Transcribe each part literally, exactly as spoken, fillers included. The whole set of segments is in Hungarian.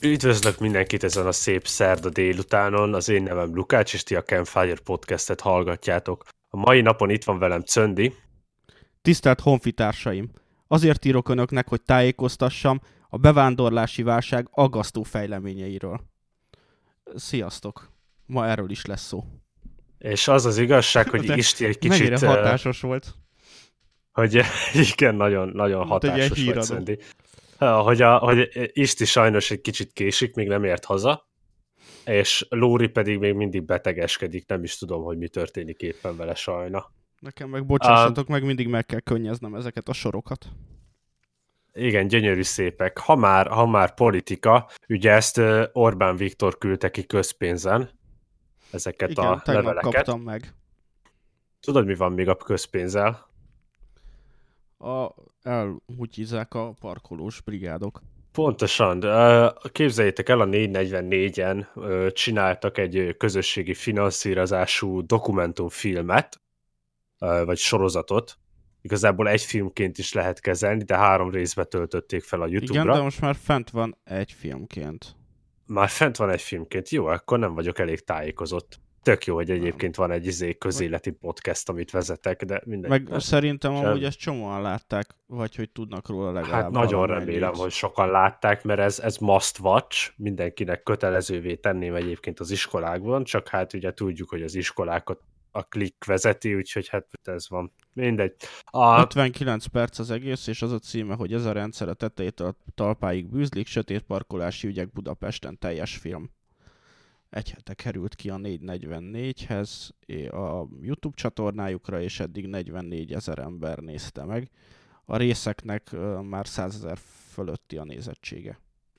Üdvözlök mindenkit ezen a szép szerda délutánon, az én nevem Lukács, és ti a Campfire podcastet hallgatjátok. A mai napon itt van velem Czöndi. Tisztelt honfitársaim! Azért írok önöknek, hogy tájékoztassam a bevándorlási válság aggasztó fejleményeiről. Sziasztok! Ma erről is lesz szó. És az az igazság, hogy De Isti egy kicsit... Mennyire hatásos volt. Hogy igen, nagyon, nagyon hatásos volt Czöndi. Hogy, a, hogy Isti sajnos egy kicsit késik, még nem ért haza, és Lóri pedig még mindig betegeskedik, nem is tudom, hogy mi történik éppen vele sajna. Nekem meg bocsássatok, uh, meg mindig meg kell könnyeznem ezeket a sorokat. Igen, gyönyörű szépek. Ha már, ha már politika, ugye ezt Orbán Viktor küldte ki közpénzen, ezeket Igen, a tegnap leveleket. kaptam meg. Tudod, mi van még a közpénzzel? A, elhutyizzák a parkolós brigádok. Pontosan. Képzeljétek el, a négyszáznegyvennégyen csináltak egy közösségi finanszírozású dokumentumfilmet, vagy sorozatot. Igazából egy filmként is lehet kezelni, de három részbe töltötték fel a YouTube-ra. Igen, de most már fent van egy filmként. Már fent van egy filmként. Jó, akkor nem vagyok elég tájékozott. Tök jó, hogy egyébként van egy izé közéleti podcast, amit vezetek, de mindegy. Meg nem. szerintem Sem. amúgy ezt csomóan látták, vagy hogy tudnak róla legalább. Hát nagyon remélem, hogy sokan látták, mert ez, ez must watch, mindenkinek kötelezővé tenném egyébként az iskolákban, csak hát ugye tudjuk, hogy az iskolákat a klik vezeti, úgyhogy hát ez van. Mindegy. A... ötvenkilenc perc az egész, és az a címe, hogy ez a rendszer a tetejétől a talpáig bűzlik, sötét parkolási ügyek Budapesten, teljes film. Egy hete került ki a négyszáznegyvennégyhez a YouTube csatornájukra, és eddig negyvennégy ezer ember nézte meg. A részeknek már százezer fölötti a nézettsége.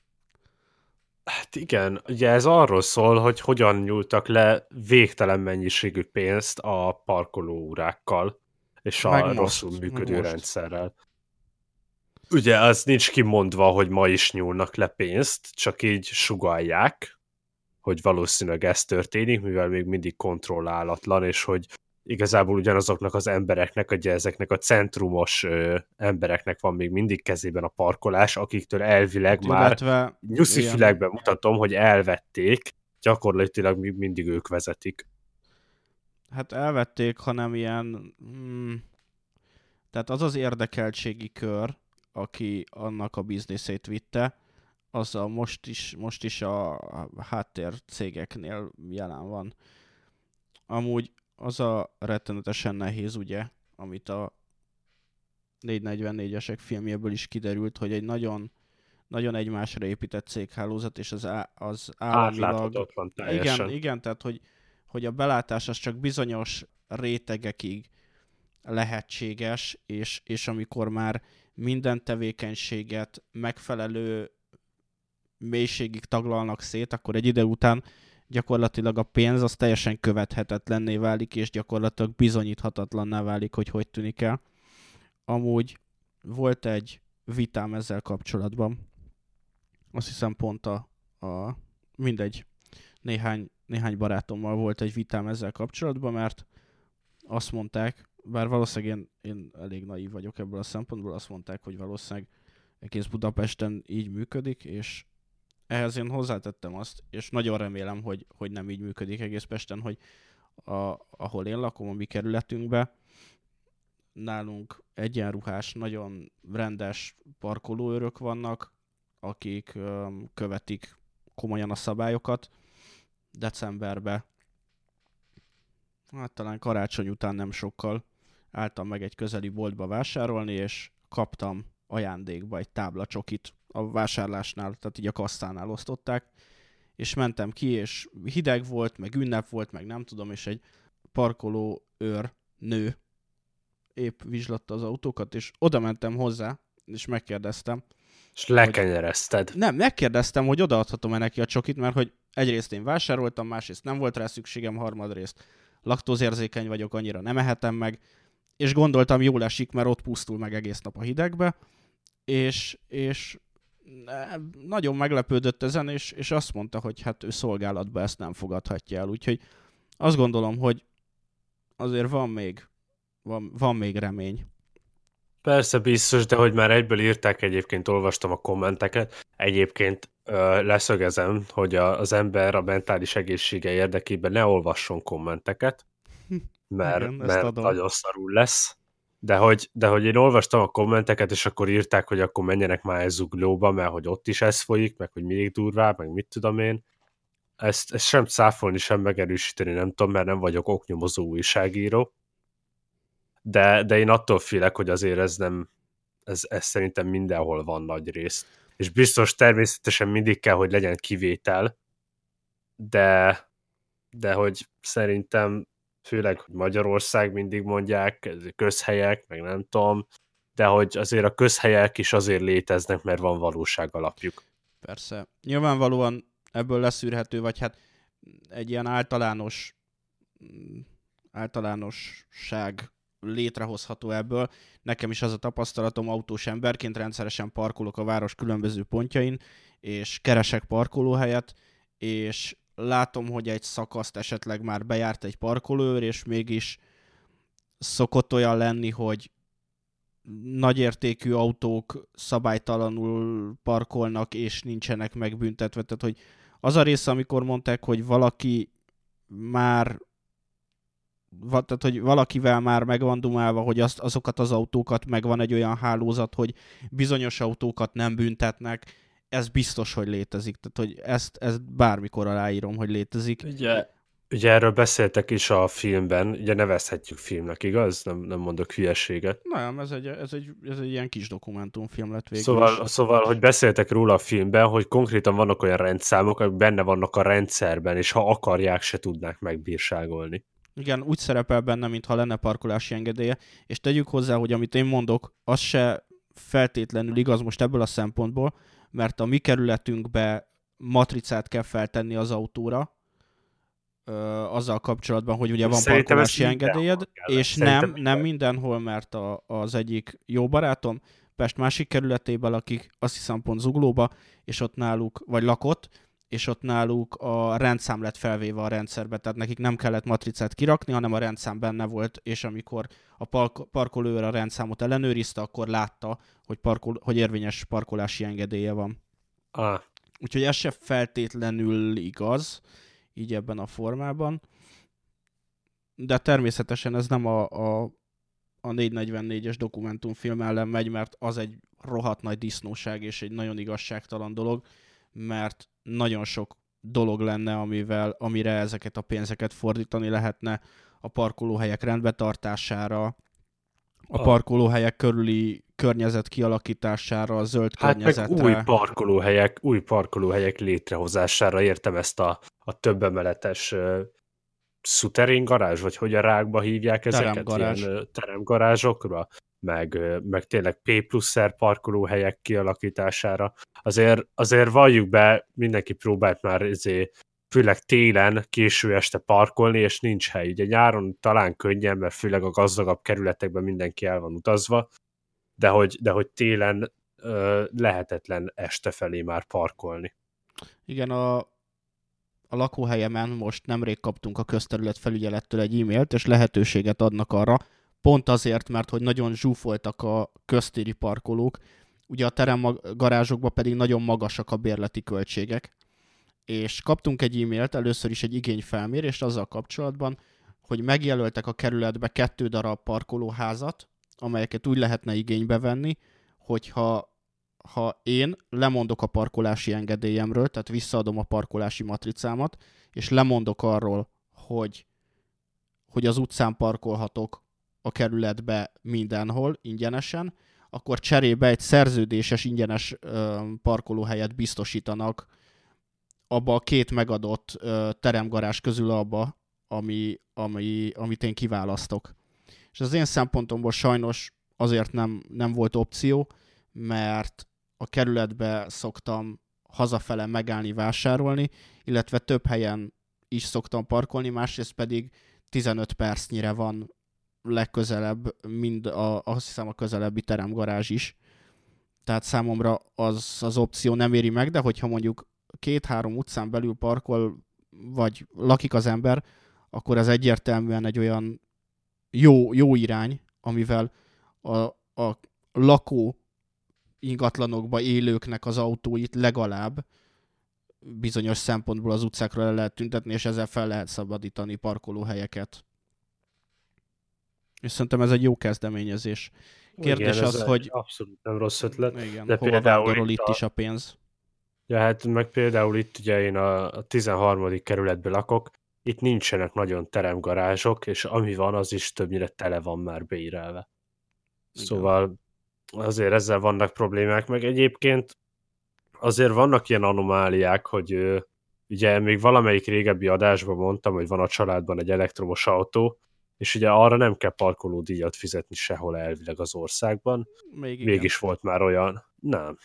Hát igen, ugye ez arról szól, hogy hogyan nyúltak le végtelen mennyiségű pénzt a parkolóórákkal, és a meg most, rosszul működő rendszerrel. Ugye az nincs kimondva, hogy ma is nyúlnak le pénzt, csak így sugallják, hogy valószínűleg ez történik, mivel még mindig kontrollálatlan, és hogy igazából ugyanazoknak az embereknek, ugye ezeknek a centrumos ö, embereknek van még mindig kezében a parkolás, akiktől elvileg hát, már illetve, nyuszifülegben mutatom, hogy elvették, gyakorlatilag még mindig ők vezetik. Hát elvették, hanem ilyen... Hmm, tehát az az érdekeltségi kör, aki annak a bizniszét vitte, az a most is, most is a háttér cégeknél jelen van. Amúgy az a rettenetesen nehéz, ugye, amit a négyszáznegyvennégyesek filmjéből is kiderült, hogy egy nagyon, nagyon egymásra épített céghálózat, és az, á, az államilag... Igen, igen, tehát hogy, hogy a belátás az csak bizonyos rétegekig lehetséges, és, és amikor már minden tevékenységet megfelelő mélységig taglalnak szét, akkor egy idő után gyakorlatilag a pénz az teljesen követhetetlenné válik, és gyakorlatilag bizonyíthatatlanná válik, hogy hogy tűnik el. Amúgy volt egy vitám ezzel kapcsolatban. Azt hiszem pont a, a mindegy, néhány, néhány barátommal volt egy vitám ezzel kapcsolatban, mert azt mondták, bár valószínűleg én, én elég naív vagyok ebből a szempontból, azt mondták, hogy valószínűleg egész Budapesten így működik, és ehhez én hozzátettem azt, és nagyon remélem, hogy, hogy nem így működik egész Pesten, hogy a, ahol én lakom, a mi kerületünkben, nálunk egyenruhás, nagyon rendes parkolóőrök vannak, akik öm, követik komolyan a szabályokat. Decemberben, hát talán karácsony után nem sokkal álltam meg egy közeli boltba vásárolni, és kaptam ajándékba egy tábla csokit a vásárlásnál, tehát így a kasszánál osztották, és mentem ki, és hideg volt, meg ünnep volt, meg nem tudom, és egy parkoló őr nő épp vizslatta az autókat, és oda mentem hozzá, és megkérdeztem. És lekenyerezted. Hogy... Nem, megkérdeztem, hogy odaadhatom-e neki a csokit, mert hogy egyrészt én vásároltam, másrészt nem volt rá szükségem, harmadrészt laktózérzékeny vagyok, annyira nem ehetem meg, és gondoltam, jól esik, mert ott pusztul meg egész nap a hidegbe, és, és nagyon meglepődött ezen, és, és azt mondta, hogy hát ő szolgálatban ezt nem fogadhatja el, úgyhogy azt gondolom, hogy azért van még, van, van még remény. Persze biztos, de hogy már egyből írták, egyébként olvastam a kommenteket, egyébként ö, leszögezem, hogy a, az ember a mentális egészsége érdekében ne olvasson kommenteket, mert, Igen, ezt mert adom. nagyon szarul lesz. De hogy, de hogy én olvastam a kommenteket, és akkor írták, hogy akkor menjenek már el Zuglóba, mert hogy ott is ez folyik, meg hogy még durvább, meg mit tudom én. Ezt, ezt sem cáfolni, sem megerősíteni nem tudom, mert nem vagyok oknyomozó újságíró. De, de én attól félek, hogy azért ez nem, ez, ez szerintem mindenhol van nagy részt. És biztos természetesen mindig kell, hogy legyen kivétel, de, de hogy szerintem főleg hogy Magyarország mindig mondják, közhelyek, meg nem tudom, de hogy azért a közhelyek is azért léteznek, mert van valóság alapjuk. Persze. Nyilvánvalóan ebből leszűrhető, vagy hát egy ilyen általános általánosság létrehozható ebből. Nekem is az a tapasztalatom, autós emberként rendszeresen parkolok a város különböző pontjain, és keresek parkolóhelyet, és látom, hogy egy szakaszt esetleg már bejárt egy parkolóőr, és mégis szokott olyan lenni, hogy nagyértékű autók szabálytalanul parkolnak, és nincsenek megbüntetve. Tehát, hogy az a része, amikor mondták, hogy valaki már tehát, hogy valakivel már meg van dumálva, hogy azt, azokat az autókat megvan egy olyan hálózat, hogy bizonyos autókat nem büntetnek, ez biztos, hogy létezik. Tehát, hogy ezt, ezt bármikor aláírom, hogy létezik. Ugye, ugye erről beszéltek is a filmben, ugye nevezhetjük filmnek, igaz? Nem, nem mondok hülyeséget. Nem, ez egy, ez, egy, ez egy ilyen kis dokumentumfilm lett végül szóval, is. Szóval, hogy beszéltek róla a filmben, hogy konkrétan vannak olyan rendszámok, amik benne vannak a rendszerben, és ha akarják, se tudnák megbírságolni. Igen, úgy szerepel benne, mintha lenne parkolási engedélye, és tegyük hozzá, hogy amit én mondok, az se feltétlenül igaz most ebből a szempontból, mert a mi kerületünkbe matricát kell feltenni az autóra, ö, azzal kapcsolatban, hogy ugye van Szerintem parkolási engedélyed, és Szerintem nem, nem mindenhol, mert a, az egyik jó barátom Pest másik kerületében lakik, azt hiszem pont Zuglóba, és ott náluk, vagy lakott, és ott náluk a rendszám lett felvéve a rendszerbe, tehát nekik nem kellett matricát kirakni, hanem a rendszám benne volt, és amikor a park- parkolóőr a rendszámot ellenőrizte, akkor látta, hogy, parkol- hogy érvényes parkolási engedélye van. Ah. Úgyhogy ez se feltétlenül igaz, így ebben a formában. De természetesen ez nem a, a, a négyszáznegyvennégyes dokumentumfilm ellen megy, mert az egy rohadt nagy disznóság és egy nagyon igazságtalan dolog, mert nagyon sok dolog lenne, amivel, amire ezeket a pénzeket fordítani lehetne a parkolóhelyek rendbetartására, a parkolóhelyek körüli környezet kialakítására, a zöld hát környezetre. Meg új parkolóhelyek, új parkolóhelyek létrehozására, értem ezt a, a többemeletes uh, szuterén garázs, vagy hogy a rákba hívják ezeket? Teremgarázs. Ilyen uh, teremgarázsokra, meg, uh, meg tényleg P pluszer parkolóhelyek kialakítására. Azért, azért valljuk be, mindenki próbált már ezért, főleg télen, késő este parkolni, és nincs hely. Ugye nyáron talán könnyen, mert főleg a gazdagabb kerületekben mindenki el van utazva, de hogy, de hogy télen ö, lehetetlen este felé már parkolni. Igen, a, a lakóhelyemen most nemrég kaptunk a közterület felügyelettől egy e-mailt, és lehetőséget adnak arra, pont azért, mert hogy nagyon zsúfoltak a köztéri parkolók, ugye a teremgarázsokban pedig nagyon magasak a bérleti költségek, és kaptunk egy e-mailt, először is egy igényfelmérést azzal kapcsolatban, hogy megjelöltek a kerületbe kettő darab parkolóházat, amelyeket úgy lehetne igénybe venni, hogyha ha én lemondok a parkolási engedélyemről, tehát visszaadom a parkolási matricámat, és lemondok arról, hogy, hogy az utcán parkolhatok a kerületbe mindenhol ingyenesen, akkor cserébe egy szerződéses ingyenes ö, parkolóhelyet biztosítanak abba a két megadott ö, teremgarázs közül abba, ami, ami, amit én kiválasztok. És az én szempontomból sajnos azért nem, nem volt opció, mert a kerületbe szoktam hazafele megállni, vásárolni, illetve több helyen is szoktam parkolni, másrészt pedig tizenöt percnyire van legközelebb, mind a, azt hiszem a közelebbi teremgarázs is. Tehát számomra az, az opció nem éri meg, de hogyha mondjuk két-három utcán belül parkol, vagy lakik az ember, akkor ez egyértelműen egy olyan jó, jó irány, amivel a, a lakó ingatlanokba élőknek az autóit legalább bizonyos szempontból az utcákra le lehet tüntetni, és ezzel fel lehet szabadítani parkolóhelyeket. És szerintem ez egy jó kezdeményezés. Kérdés igen, az, hogy... abszolút nem rossz ötlet. Igen, de hova vándorol itt a... is a pénz? Ja, hát meg például itt ugye én a tizenharmadik kerületben lakok, itt nincsenek nagyon teremgarázsok, és ami van, az is többnyire tele van már beírelve. Igen. Szóval azért ezzel vannak problémák, meg egyébként azért vannak ilyen anomáliák, hogy ugye még valamelyik régebbi adásban mondtam, hogy van a családban egy elektromos autó, és ugye arra nem kell parkolódíjat fizetni sehol elvileg az országban. Még Mégis volt már olyan. Nem.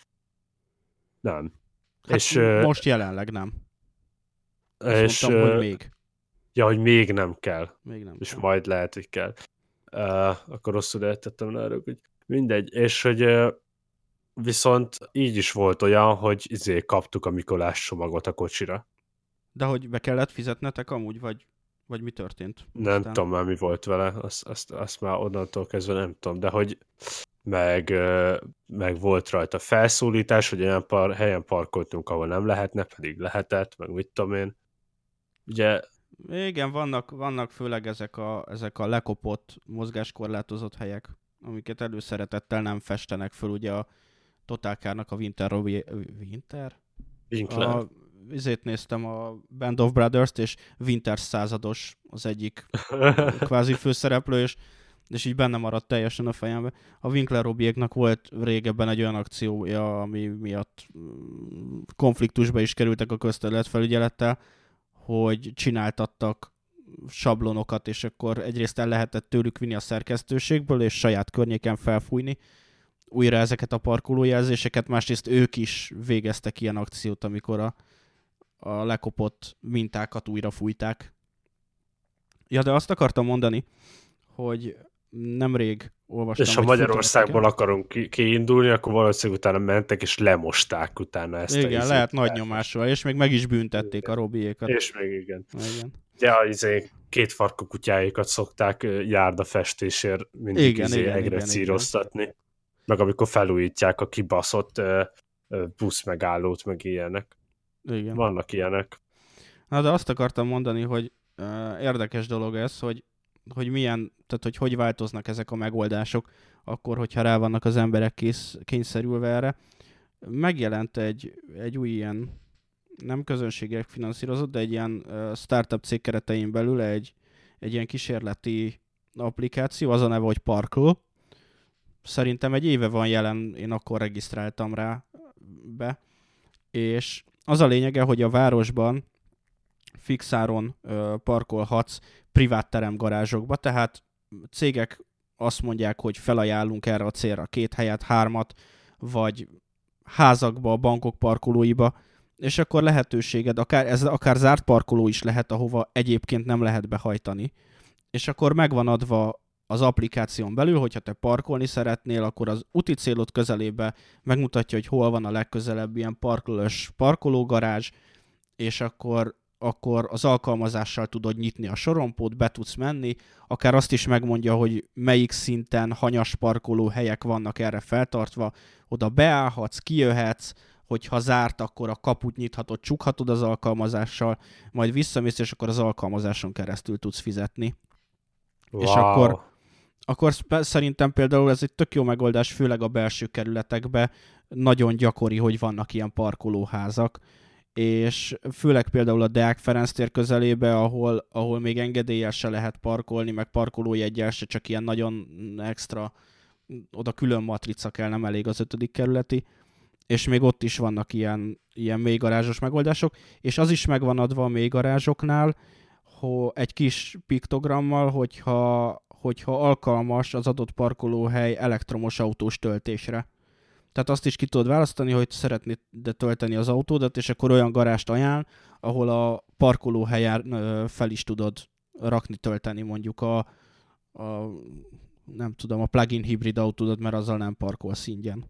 Nem. Hát és, most jelenleg nem. Azt és mondtam, hogy még. Ja, hogy még nem kell. Még nem és kell. majd lehet, hogy kell. Uh, akkor rosszul értettem rá, hogy mindegy. És hogy uh, viszont így is volt olyan, hogy izé kaptuk a Mikolás csomagot a kocsira. De hogy be kellett fizetnetek amúgy, vagy, vagy mi történt? Nem Aztán... tudom már, mi volt vele, azt, azt, azt már onnantól kezdve nem tudom, de hogy meg, meg volt rajta felszólítás, hogy olyan par, helyen parkoltunk, ahol nem lehetne, pedig lehetett, meg mit tudom én. Ugye... Igen, vannak, vannak főleg ezek a, ezek a lekopott, mozgáskorlátozott helyek, amiket előszeretettel nem festenek föl, ugye a Totálkárnak a Winter... Winter? Winkler. A, izét néztem a Band of Brothers-t, és Winter százados az egyik kvázi főszereplő, és, és így benne maradt teljesen a fejembe. A Winkler Robiéknak volt régebben egy olyan akciója, ami miatt konfliktusba is kerültek a közterületfelügyelettel, hogy csináltattak sablonokat, és akkor egyrészt el lehetett tőlük vinni a szerkesztőségből, és saját környéken felfújni újra ezeket a parkolójelzéseket, másrészt ők is végeztek ilyen akciót, amikor a, a lekopott mintákat újra fújták. Ja, de azt akartam mondani, hogy nemrég olvastam... És ha Magyarországból akarunk ki- kiindulni, akkor valószínűleg utána mentek, és lemosták utána ezt. Igen, lehet nagy nyomásra, és még meg is büntették igen. a Robiékat. És még igen. igen. Ja, izé, két farkú kutyáikat szokták járdafestésért mindig igen, izé igen, egre igen, círoztatni. Igen. Meg amikor felújítják a kibaszott uh, busz megállót, meg ilyenek. Igen. Vannak ilyenek. Na, de azt akartam mondani, hogy uh, érdekes dolog ez, hogy hogy milyen, tehát hogy hogy változnak ezek a megoldások, akkor, hogyha rá vannak az emberek kész, kényszerülve erre. Megjelent egy, egy új ilyen, nem közönségek finanszírozott, de egy ilyen uh, startup cég keretein belül egy, egy ilyen kísérleti applikáció, az a neve, hogy Parkl. Szerintem egy éve van jelen, én akkor regisztráltam rá be, és az a lényege, hogy a városban fixáron uh, parkolhatsz privát teremgarázsokba, tehát cégek azt mondják, hogy felajánlunk erre a célra két helyet, hármat, vagy házakba, bankok parkolóiba, és akkor lehetőséged, akár, ez akár zárt parkoló is lehet, ahova egyébként nem lehet behajtani, és akkor megvan adva az applikáción belül, hogyha te parkolni szeretnél, akkor az úti célod közelébe megmutatja, hogy hol van a legközelebb ilyen parkolós parkológarázs, és akkor akkor az alkalmazással tudod nyitni a sorompót, be tudsz menni, akár azt is megmondja, hogy melyik szinten hanyas parkoló helyek vannak erre feltartva, oda beállhatsz, kijöhetsz, hogyha zárt, akkor a kaput nyithatod, csukhatod az alkalmazással, majd visszamész, és akkor az alkalmazáson keresztül tudsz fizetni. Wow. És akkor, akkor szerintem például ez egy tök jó megoldás, főleg a belső kerületekben nagyon gyakori, hogy vannak ilyen parkolóházak, és főleg például a Deák Ferenc tér közelébe, ahol, ahol még engedéllyel se lehet parkolni, meg parkolójeggyel se, csak ilyen nagyon extra, oda külön matrica kell, nem elég az ötödik kerületi, és még ott is vannak ilyen, ilyen mélygarázsos megoldások, és az is megvan adva a mélygarázsoknál, hogy egy kis piktogrammal, hogyha, hogyha alkalmas az adott parkolóhely elektromos autós töltésre. Tehát azt is ki tudod választani, hogy szeretnéd tölteni az autódat, és akkor olyan garást ajánl, ahol a parkolóhelyen fel is tudod rakni, tölteni mondjuk a, a nem tudom, a plug-in hibrid autódat, mert azzal nem parkolsz ingyen.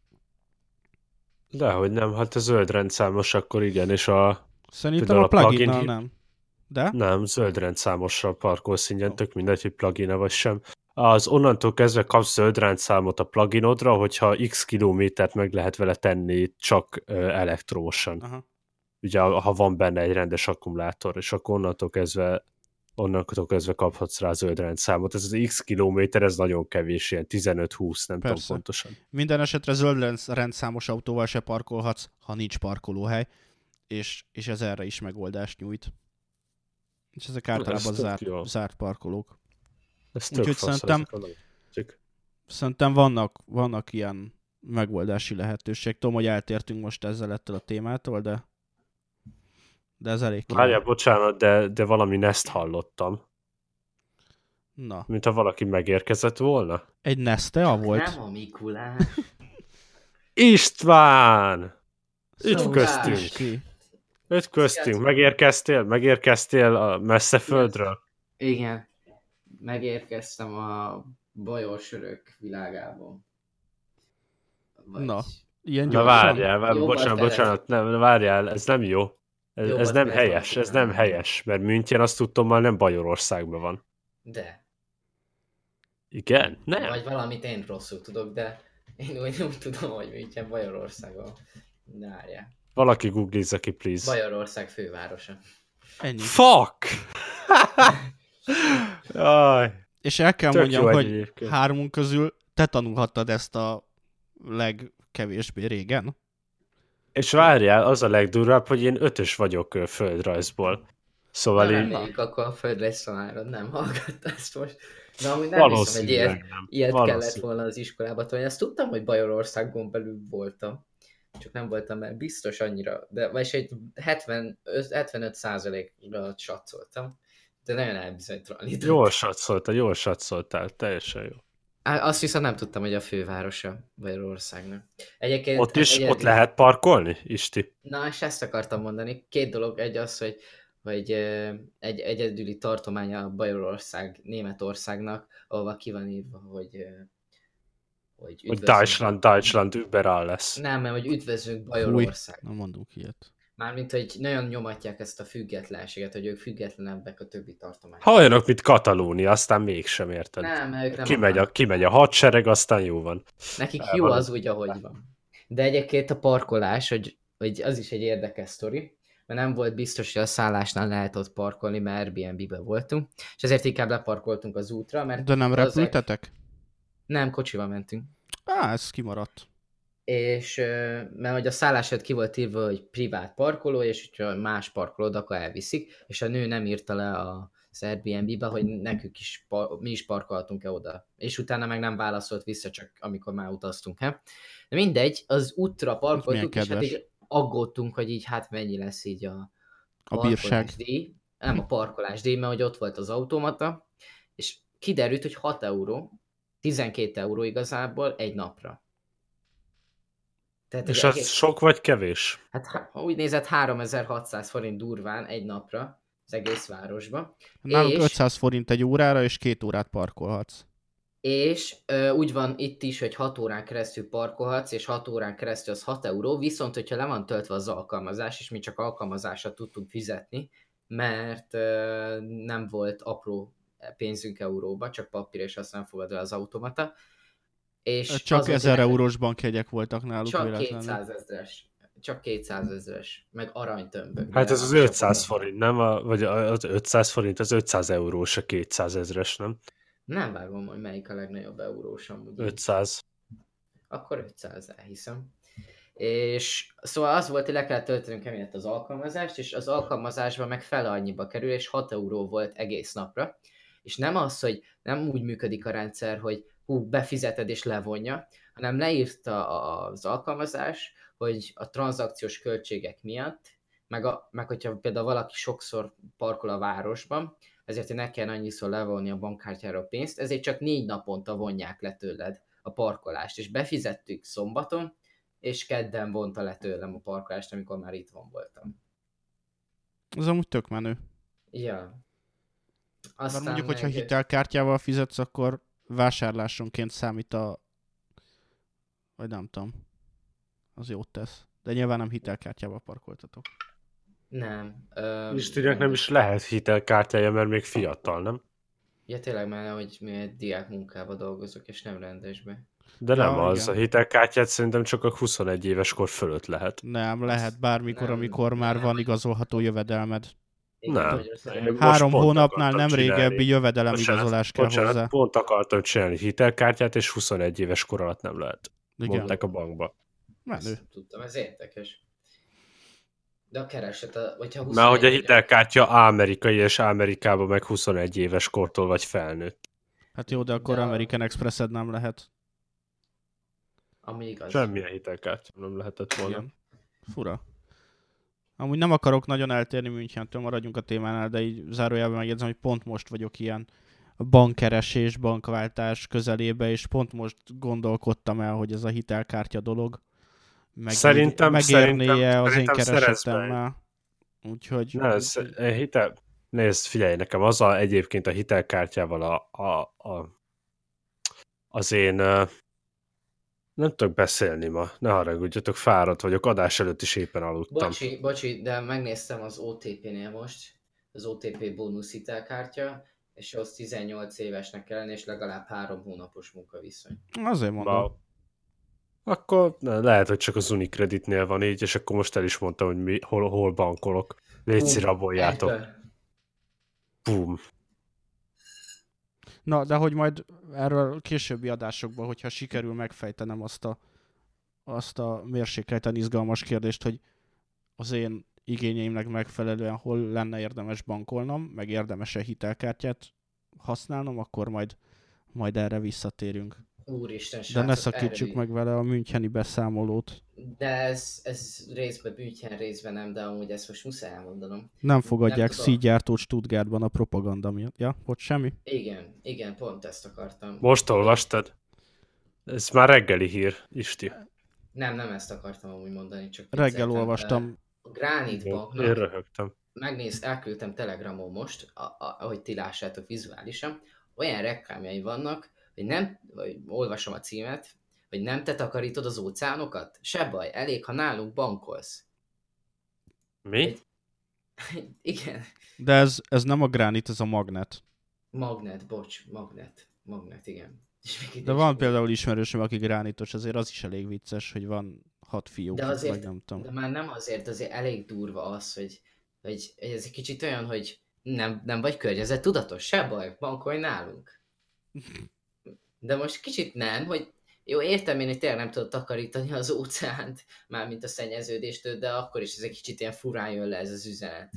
Dehogy nem, hát a zöld rendszámos akkor igen, és a... Szerintem a pluginnal plugin nem. De? Nem, zöld rendszámossal parkolsz ingyen, tök mindegy, hogy plugin-e vagy sem. az onnantól kezdve kapsz zöld rendszámot a pluginodra, hogyha x kilométert meg lehet vele tenni csak elektromosan. Aha. Ugye, ha van benne egy rendes akkumulátor, és akkor onnantól kezdve onnantól kezdve kaphatsz rá zöld rendszámot. Ez az x kilométer, ez nagyon kevés, ilyen tizenöt-húsz, nem Persze. tudom pontosan. Minden esetre zöld rendszámos autóval se parkolhatsz, ha nincs parkolóhely, és, és ez erre is megoldást nyújt. És ezek általában ez zárt, zárt parkolók. Ez tök fasz, szerintem, szerintem vannak, vannak ilyen megoldási lehetőség. Tudom, hogy eltértünk most ezzel ettől a témától, de de ez elég kíván. Várjál, bocsánat, de, de valami Nest hallottam. Na. Mint ha valaki megérkezett volna. Egy Nestea volt? Nem a Mikulás. István! Ütköztünk. Ütköztünk. Megérkeztél? Megérkeztél a messze földről? Igen. Megérkeztem a bajorsorok világából. Vagy... Na, ilyen gyorsan. Na várjál, várjál bocsánat, bocsánat, nem, várjál, ez nem jó. Ez, ez nem helyes, ez nem helyes, mert München azt tudtom már nem Bajorországban van. De. Igen? Nem. Vagy valamit én rosszul tudok, de én úgy, úgy tudom, hogy München Bajorországon. De várjál. Valaki googlizza ki, please. Bajorország fővárosa. Ennyi. Fuck! Aj. És el kell Tök mondjam, hogy egyébként. Hármunk közül te tanulhattad ezt a legkevésbé régen. És várjál, az a legdurvább, hogy én ötös vagyok földrajzból. Szóval nem én... Nem akkor a földrajz tanárod nem hallgatta ezt most. De amúgy nem hiszem, hogy ilyet, ilyet kellett volna az iskolába tolni. Azt tudtam, hogy Bajorországon belül voltam. Csak nem voltam már biztos annyira. De vagyis egy hetvenöt százalékra satszoltam. De nagyon elbizonytalanítottam. Jól satszoltál, jól satszoltál. Teljesen jó. Azt viszont nem tudtam, hogy a fővárosa Bajorországnak. Egyébként, ott is, egyedül... ott lehet parkolni, Isti? Na, és ezt akartam mondani. Két dolog. Egy az, hogy, hogy egy egyedüli tartománya Bajorország Németországnak, ahova ki van írva, hogy hogy, hogy Deutschland, Deutschland überall lesz. Nem, mert hogy üdvözlünk Bajorország. Nem mondunk ilyet. Mármint, hogy nagyon nyomatják ezt a függetlenséget, hogy ők függetlenebbek a többi tartományok. Ha olyanok, mint Katalónia, aztán mégsem érted. Nem, ők nem kimegy, a, kimegy a hadsereg, aztán jó van. Nekik jó az úgy, ahogy van. De egyébként a parkolás, hogy, hogy az is egy érdekes sztori, mert nem volt biztos, hogy a szállásnál lehet ott parkolni, mert Airbnb-ben voltunk, és ezért inkább leparkoltunk az útra, mert... De nem repültetek? Egy... Nem, kocsival mentünk. Á, ez kimaradt. És mert hogy a szállásod ki volt írva, hogy privát parkoló, és hogyha más parkolód, akkor elviszik, és a nő nem írta le az Airbnb-be, hogy nekünk is, mi is parkolhatunk-e oda. És utána meg nem válaszolt vissza, csak amikor már utaztunk, he? De mindegy, az útra parkoltuk, és hát így aggódtunk, hogy így hát mennyi lesz így a, a bírság. Díj. Nem a parkolás díj, mert hogy ott volt az automata, és kiderült, hogy hat euró, tizenkét euró igazából egy napra. Tehát és ez egész... sok vagy kevés? Hát úgy nézett háromezer-hatszáz forint durván egy napra az egész városba. Nálunk és... ötszáz forint egy órára, és két órát parkolhatsz. És ö, úgy van itt is, hogy hat órán keresztül parkolhatsz, és hat órán keresztül az hat euró, viszont hogyha le van töltve az alkalmazás, és mi csak alkalmazásra tudtunk fizetni, mert ö, nem volt apró pénzünk euróba, csak papír, és azt nem fogad el az automata. És csak ezer eurós bankjegyek voltak náluk. Csak kétszázezres. Csak kétszázezres. Meg aranytömbök. Hát ez az ötszáz forint, nem? A, vagy az ötszáz forint, az ötszáz eurós, a kétszázezres, nem? Nem vágom, hogy melyik a legnagyobb eurós amúgy. ötszáz. Akkor ötszáz, elhiszem. És szóval az volt, hogy le kellett töltenünk emiatt az alkalmazást, és az alkalmazásban meg fele annyiba kerül, és hat euró volt egész napra. És nem az, hogy nem úgy működik a rendszer, hogy hú, befizeted és levonja, hanem leírta az alkalmazás, hogy a tranzakciós költségek miatt, meg, a, meg hogyha például valaki sokszor parkol a városban, ezért ne kell annyiszor levonni a bankkártyára a pénzt, ezért csak négy naponta vonják le tőled a parkolást, és befizettük szombaton, és kedden vonta le tőlem a parkolást, amikor már itthon voltam. Ez amúgy tök menő. Ja. Aztán Már mondjuk, meg... hogyha hitelkártyával fizetsz, akkor vásárlásonként számít a... Vagy nem tudom. Az jót tesz. De nyilván nem hitelkártyával parkoltatok. Nem. Öm... Istinek nem is lehet hitelkártyája, mert még fiatal, nem? Ja, tényleg már, hogy mi diák munkába dolgozok, és nem rendesbe. De Ja, nem az, igen. a hitelkártyát szerintem csak a huszonegy éves kor fölött lehet. Nem, lehet bármikor, nem, amikor már nem, van vagy- igazolható jövedelmed. Igen, Nem. vagy az- Én most Három pont hónapnál akartam nem csinálni. régebbi jövedelemigazolás kell bocsánat, hozzá. Pont akartam csinálni hitelkártyát, és huszonegy éves kor alatt nem lehet. Igen. Mondták a bankba. Menő. Ezt nem tudtam, ez érdekes. De a kereset, a, hogyha huszonegy Mert hogy a éves- hitelkártya amerikai, és Amerikában meg huszonegy éves kortól vagy felnőtt. Hát jó, de akkor De a- American Expressed nem lehet. Ami igaz. Semmilyen hitelkártya nem lehetett volna. Igen. Fura. Amúgy nem akarok nagyon eltérni Münchentől, maradjunk a témánál, de így zárójelben megjegyzem, hogy pont most vagyok ilyen bankkeresés, bankváltás közelébe, és pont most gondolkodtam el, hogy ez a hitelkártya dolog meg Szerintem- megérné-e szerintem- az én szerintem szerezd keresetemmel. Úgyhogy... Ne, ez, hitel... Nézd, figyelj, nekem az a, egyébként a hitelkártyával a, a, a, az én uh, nem tudok beszélni ma, ne haragudjatok, fáradt vagyok, adás előtt is éppen aludtam. Bocsi, bocsi, de megnéztem az o té pé-nél most, az o té pé bónusz hitelkártya, és az tizennyolc évesnek kell lenni, és legalább három hónapos munkaviszony. Azért mondom. Wow. Akkor ne, lehet, hogy csak az Unicreditnél van így, és akkor most el is mondtam, hogy mi, hol, hol bankolok. Léci, raboljátok. Egyben. Bum. Na, de hogy majd erről későbbi adásokban, hogyha sikerül megfejtenem azt a, azt a mérsékelten izgalmas kérdést, hogy az én igényeimnek megfelelően hol lenne érdemes bankolnom, meg érdemes-e hitelkártyát használnom, akkor majd, majd erre visszatérünk. Úristen, De srácok, ne szakítsuk erre- meg vele a müncheni beszámolót. De ez, ez részben München, részben nem, de amúgy ezt most muszáj elmondanom. Nem fogadják Nem tudom. szígyártót Stuttgartban a propaganda miatt. Ja, hogy semmi? Igen, igen, pont ezt akartam. Most olvastad? Ez már reggeli hír, Isti. Nem, nem ezt akartam amúgy mondani, csak Reggel vicceltem. olvastam. A Granite Én Banknak röhögtem. megnéz, elküldtem Telegramon most, a, a, ahogy ti lássátok vizuálisan, olyan reklámjai vannak, hogy nem, vagy olvasom a címet, hogy nem te takarítod az óceánokat? Se baj, elég, ha nálunk bankolsz. Mi? Igen, De ez, ez nem a gránit, ez a magnet. magnet, bocs, magnet, magnet, igen. És még itt De is van volt. például ismerősöm, aki gránitos, azért az is elég vicces, hogy van hat fiúk, De itt, azért, vagy nem tudom. de már nem azért, azért elég durva az, hogy, hogy ez egy kicsit olyan, hogy nem, nem vagy környezet tudatos, se baj, bankolj nálunk. De most kicsit nem, hogy jó, értem én, hogy tényleg nem tudod takarítani az óceánt, mármint a szennyeződéstől, de akkor is ez egy kicsit ilyen furán jön le ez az üzenet.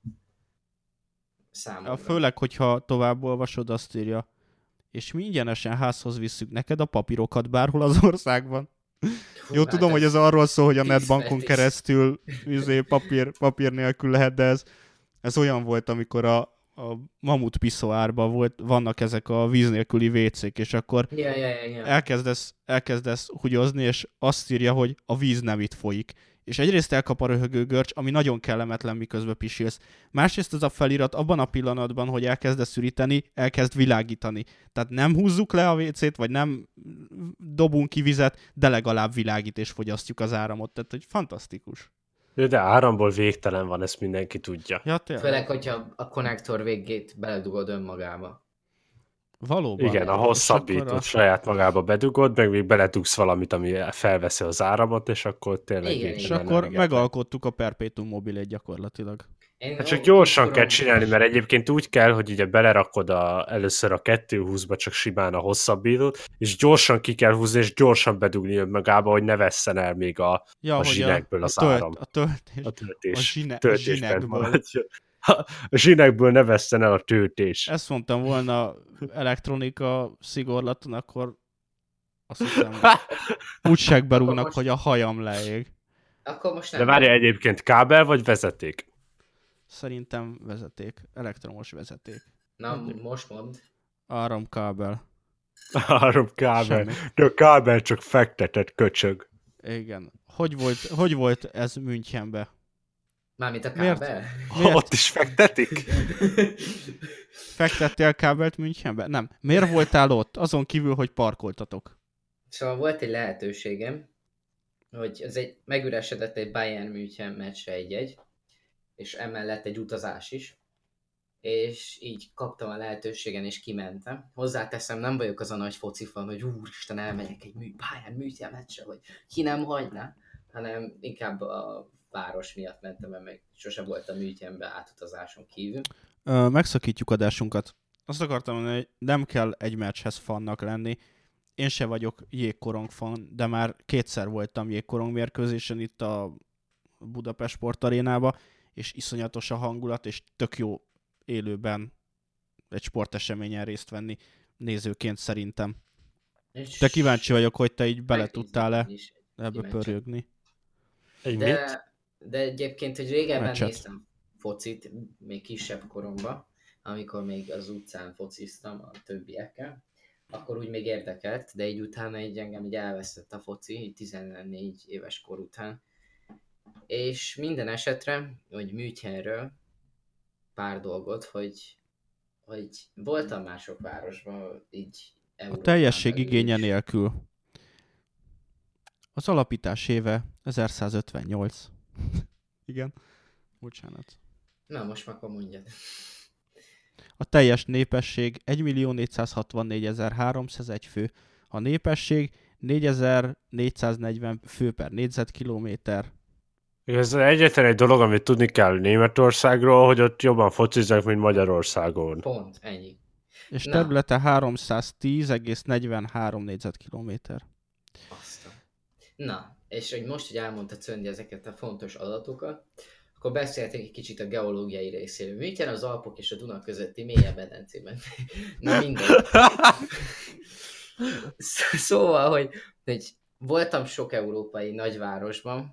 Számomra. A főleg, hogyha tovább olvasod, azt írja, és mi ingyenesen házhoz visszük neked a papírokat bárhol az országban. Hú, Jó, hát tudom, hogy ez arról szól, hogy a netbankon tíz keresztül izé, papír, papír nélkül lehet, de ez, ez olyan volt, amikor a, a mamut piszoárban volt, vannak ezek a víz nélküli vécék, és akkor Ja, ja, ja, ja. elkezdesz, elkezdesz húgyozni, és azt írja, hogy a víz nem itt folyik. És egyrészt elkap a röhögő görcs, ami nagyon kellemetlen, miközben pisilsz. Másrészt az a felirat abban a pillanatban, hogy elkezdesz üríteni, elkezd világítani. Tehát nem húzzuk le a vécét, vagy nem dobunk ki vizet, de legalább világít és fogyasztjuk az áramot. Tehát, hogy fantasztikus. De áramból végtelen van, ezt mindenki tudja. Ja, tényleg. Főleg, hogyha a konnektor végét beledugod önmagába. Valóban. Igen, a És hosszabbítót akkor a- saját magába bedugod, meg még beledugsz valamit, ami felveszi az áramot, és akkor tényleg Igen, végtelen És igen. akkor energiát megalkottuk a Perpetuum mobilét gyakorlatilag. Én Hát csak ó- gyorsan tudom, kell csinálni, mert egyébként úgy kell, hogy ugye belerakod a, először a kettő húszba csak simán a hosszabbítót, és gyorsan ki kell húzni, és gyorsan bedugni önmagába, hogy ne vesszen el még a, Ja, a hogy zsinekből a, az a, tölt, áram. a töltés. A töltés. A zsine- a töltésben zsinekből. maradjon. A zsinekből ne vesszen el a töltés. Ezt mondtam volna elektronika szigorlaton, akkor azt hiszem, úgyságbe rúgnak, most- hogy a hajam leég. Akkor most nem. De várja, egyébként kábel vagy vezeték? Szerintem vezeték, elektromos vezeték. Na, most mondd. Áramkábel. Három kábel. Semmi. De a kábel csak fektetett köcsög. Igen. Hogy volt, hogy volt ez Münchenbe? Mármint a Miért? kábel? Miért? Ott is fektetik? Fektettél kábelt Münchenbe? Nem. Miért voltál ott? Azon kívül, hogy parkoltatok. Szóval volt egy lehetőségem, hogy ez egy, megüresedett egy Bayern München meccsre egy-egy, és emellett egy utazás is. és így kaptam a lehetőségen, és kimentem. Hozzáteszem, nem vagyok az a nagy foci fan, hogy úristen, elmegyek egy mű, pályán műtjelmeccsre, vagy ki nem hagyná, hanem inkább a város miatt mentem, mert meg sose voltam műtjembe átutazáson kívül. Ö, megszakítjuk adásunkat. Azt akartam mondani, hogy nem kell egy meccshez fannak lenni. Én se vagyok jégkorong fan, de már kétszer voltam jégkorong mérkőzésen itt a Budapest Sportarénába, és iszonyatos a hangulat, és tök jó élőben egy sporteseményen részt venni nézőként szerintem. És te kíváncsi vagyok, hogy te így bele tudtál-e ebbe pörjögni. Egy de, mit? de egyébként, hogy régebben Meccset. néztem focit, még kisebb koromban, amikor még az utcán fociztam a többiekkel, akkor úgy még érdekelt, de így utána így engem így elvesztett a foci, így tizennégy éves kor után. És minden esetre, hogy Münchenről pár dolgot, hogy, hogy voltam mások városban, így A teljesség igénye nélkül. Az alapítás éve ezerszázötvennyolc. Igen. Bocsánat. Na, most már akkor mondjad. A teljes népesség egymillió négyszázhatvannégy-ezer-háromszázegy fő. A népesség négyezer-négyszáznegyven fő per négyzetkilométer. Ez egyetlen egy dolog, amit tudni kell Németországról, hogy ott jobban fociznak, mint Magyarországon. Pont, ennyi. És Na. területe háromszáztíz egész negyvenhárom négyzetkilométer. Aztán. Na, és hogy most, hogy elmondta Czöndi ezeket a fontos adatokat, akkor beszélhetünk egy kicsit a geológiai részéről. München az Alpok és a Duna közötti mélyebb medencében. Na mindegy. Szóval, hogy, hogy voltam sok európai nagyvárosban,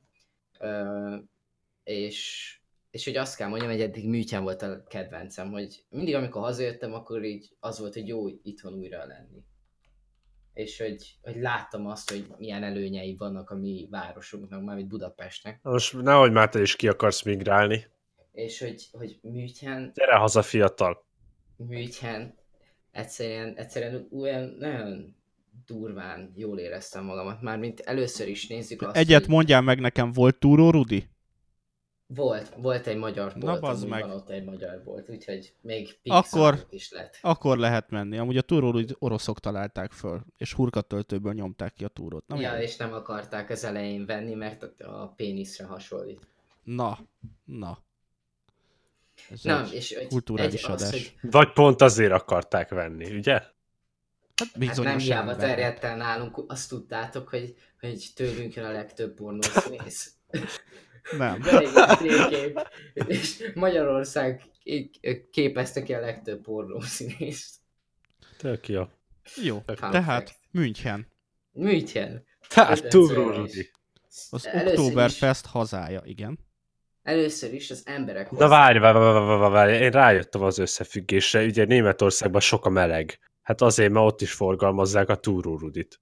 és, és hogy azt kell mondjam, hogy eddig München volt a kedvencem, hogy mindig amikor hazajöttem, akkor így az volt, hogy jó itthon újra lenni. És hogy, hogy láttam azt, hogy milyen előnyei vannak a mi városunknak, mármint Budapestnek. Most nehogy már te is ki akarsz migrálni. És hogy, hogy München... Gyere haza, fiatal! München egyszerűen, egyszerűen olyan nagyon durván jól éreztem magamat. Mármint először is nézzük azt, Egyet hogy... mondjál meg nekem, volt túró, Rudi? Volt, volt egy magyar bolt, amúgy meg. Van ott egy magyar bolt, úgyhogy még akkor, is lett. Akkor lehet menni. Amúgy a túrót oroszok találták föl, és hurkatöltőből nyomták ki a túrót. Na, ja, és nem akarták az elején venni, mert a péniszre hasonlít. Na, na. Ez nem, és kulturális adás. Az, hogy... Vagy pont azért akarták venni, ugye? Hát, hát nem hiába terjedt el nálunk, azt tudtátok, hogy, hogy tőlünk jön a legtöbb pornószínész. Nem. Térkép, és Magyarország képezte ki a legtöbb pornószínészt. Tök jó. Jó, Fun tehát fact. München. München. Tehát túró, Rudi. Az Oktoberfest hazája, igen. Először is az emberek... Na várj, várj, várj, várj, én rájöttem az összefüggésre. Ugye Németországban sok a meleg. Hát azért, mert ott is forgalmazzák a túró Rudit.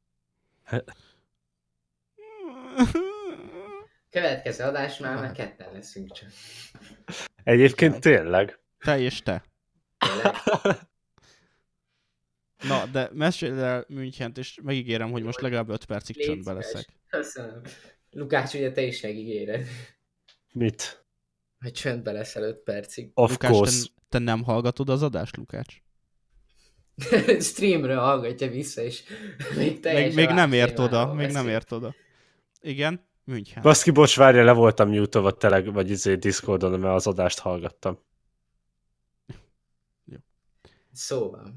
Következő adás már, már ketten leszünk csak. Egyébként tényleg. Te és te. Tényleg? Na, de mesélj el Münchent, és megígérem, hogy most legalább öt percig Légy csöndbe leszek. Köszönöm. Lukács, ugye te is megígéred. Mit? Hogy csöndbe leszel öt percig. Of Lukács, course. Te, te nem hallgatod az adást, Lukács? Streamről hallgatja vissza, és még Még, még nem ért oda, még nem ért oda. Igen, München. Baszki, bocs, várja, le voltam mute-ova tele, vagy izé Discordon, mert az adást hallgattam. Jó. Szóval,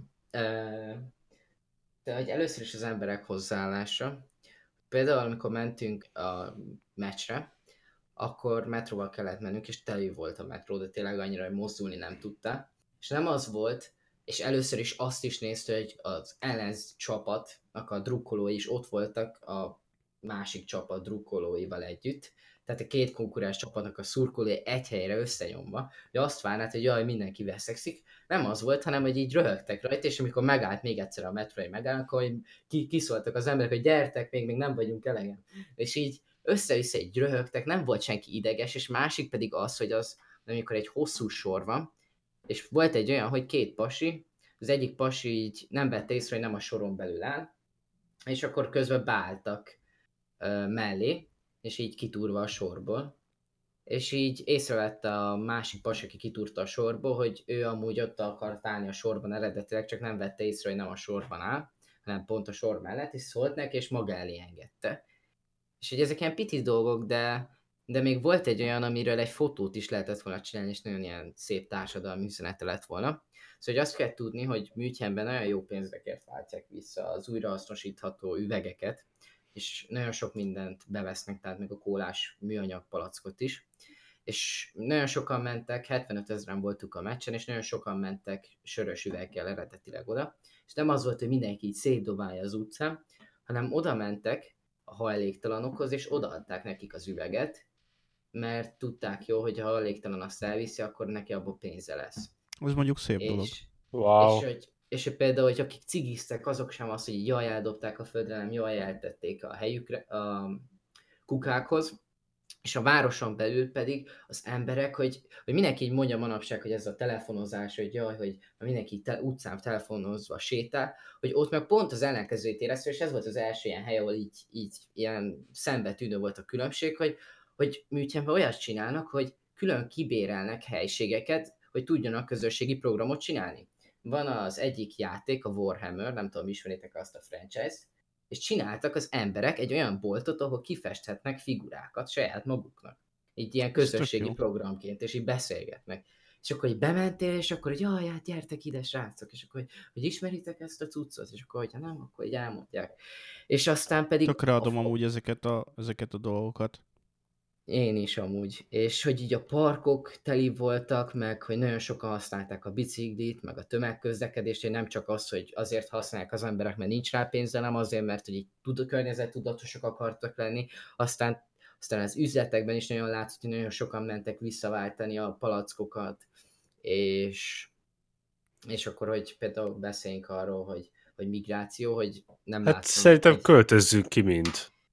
de hogy először is az emberek hozzáállása. Például, amikor mentünk a meccsre, akkor metróval kellett mennünk, és teli volt a metró, de tényleg annyira, hogy mozdulni nem tudta. És nem az volt, és először is azt is nézte, hogy az ellenz csapatnak a drukkolói is ott voltak a másik csapat drukkolóival együtt. Tehát a két konkurens csapatnak a szurkolói egy helyre összenyomva, hogy azt várnád, hogy jaj, mindenki veszekszik. Nem az volt, hanem hogy így röhögtek rajta, és amikor megállt még egyszer a metrói megáll, akkor ki, kiszóltak az emberek, hogy gyertek, még, még nem vagyunk elegen. És így össze-vissza így röhögtek, nem volt senki ideges, és másik pedig az, hogy az, amikor egy hosszú sor van, és volt egy olyan, hogy két pasi, az egyik pasi így nem vette észre, hogy nem a soron belül áll, és akkor közben beálltak uh, mellé, és így kitúrva a sorból. és így észrevette a másik pasi, aki kitúrta a sorból, hogy ő amúgy ott akart állni a sorban eredetileg, csak nem vette észre, hogy nem a sorban áll, hanem pont a sor mellett, és szólt neki, és maga elé engedte. És hogy ezek ilyen pici dolgok, de, de még volt egy olyan, amiről egy fotót is lehetett volna csinálni, és nagyon ilyen szép társadalmi üzenete lett volna. Szóval azt kell tudni, hogy Münchenben nagyon jó pénzekért váltják vissza az újrahasznosítható üvegeket, és nagyon sok mindent bevesznek, tehát még a kólás műanyag palackot is. És nagyon sokan mentek, hetvenöt ezeren voltunk a meccsen, és nagyon sokan mentek sörös üveggel eredetileg oda. És nem az volt, hogy mindenki így szétdobálja az utcán, hanem oda mentek a hajléktalanokhoz, és odaadták nekik az üveget, mert tudták jó, hogy ha a hajléktalan azt elviszi, akkor neki abból pénze lesz. Ez mondjuk szép és, dolog. Wow. És, hogy, és hogy például, hogy akik cigiztek, azok sem az, hogy jaj, eldobták a földre, nem jaj, eltették a helyükre, a kukákhoz, és a városon belül pedig az emberek, hogy, hogy mindenki így mondja manapság, hogy ez a telefonozás, hogy jaj, hogy mindenki te, utcán telefonozva sétál, hogy ott meg pont az ellenkezőjét érezte, és ez volt az első ilyen hely, ahol így, így ilyen szembetűnő volt a különbség, hogy, hogy Münchenben olyat csinálnak, hogy külön kibérelnek helységeket, hogy tudjanak közösségi programot csinálni. Van az egyik játék, a Warhammer, nem tudom, ismeritek azt a franchise-t, és csináltak az emberek egy olyan boltot, ahol kifesthetnek figurákat saját maguknak. Így ilyen közösségi programként, és így beszélgetnek. És akkor így bementél, és akkor, hogy jaj, hát gyertek ide, srácok, és akkor, hogy, hogy ismeritek ezt a cuccot, és akkor, hogyha nem, akkor így elmondják. És aztán pedig... Tökre adom a... amúgy ezeket a, ezeket a dolgokat. Én is amúgy. És hogy így a parkok teli voltak, meg hogy nagyon sokan használták a biciklit, meg a tömegközlekedést, és nem csak az, hogy azért használják az emberek, mert nincs rá pénz, hanem azért, mert hogy így tud, környezettudatosak akartak lenni. Aztán, aztán az üzletekben is nagyon látszott, hogy nagyon sokan mentek visszaváltani a palackokat, és, és akkor, hogy például beszéljünk arról, hogy, hogy migráció, hogy nem hát látom. szerintem egy... költözzünk ki mind.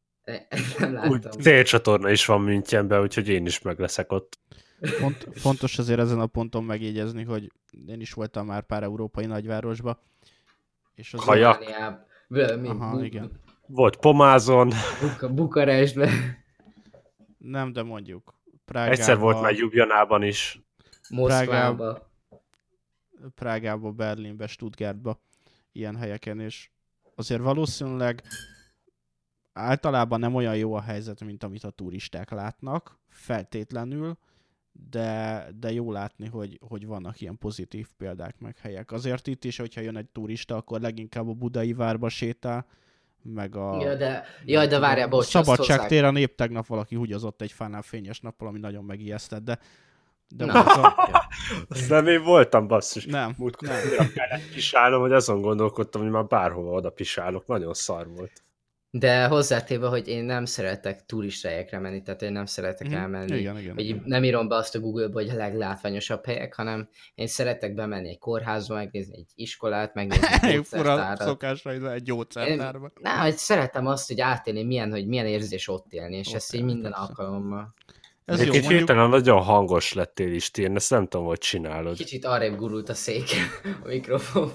Nem láttam. Úgy télcsatorna is van Münchenben, úgyhogy én is meg leszek ott. Font, fontos azért ezen a ponton megjegyezni, hogy én is voltam már pár európai nagyvárosba. És az Kajak. Aha, Bu- igen. Volt Pomázon. Buka- Bukarestben. Nem, de mondjuk Prágában. Egyszer volt már Ljubljanában is. Moszkvában. Prágába, Berlinbe, Stuttgartba, ilyen helyeken, és azért valószínűleg általában nem olyan jó a helyzet, mint amit a turisták látnak, feltétlenül, de, de jó látni, hogy, hogy vannak ilyen pozitív példák meg helyek. Azért itt is, hogyha jön egy turista, akkor leginkább a Budai várba sétál, meg a... Ja, de, jaj, de várjál, bocs, Szabadságtéren épp tegnap valaki húgyozott egy fánál fényes nappal, ami nagyon megijesztett, de... de Na, a... azt nem én voltam, basszus. Nem, Múltkor nem. kellett pisálnom, hogy azon gondolkodtam, hogy már bárhova oda pisálok. Nagyon szar volt. De hozzátéve, hogy én nem szeretek turistájekre menni, tehát én nem szeretek mm, elmenni. Igen, igen. Hogy nem írom be azt a Google-ba, hogy a leglátványosabb helyek, hanem én szeretek bemenni egy kórházba, megnézni egy iskolát, megnézni egy gyógyszertárat. Fura szokásra egy gyógyszertárba. Én, na, hogy szeretem azt, hogy átélni, milyen, hogy milyen érzés ott élni, és ott ezt így minden persze. Alkalommal. Ez egy jó, mondjuk... hirtelen nagyon hangos lettél is, én ezt nem tudom, hogy csinálod. Kicsit arrébb gurult a szék a mikrofon.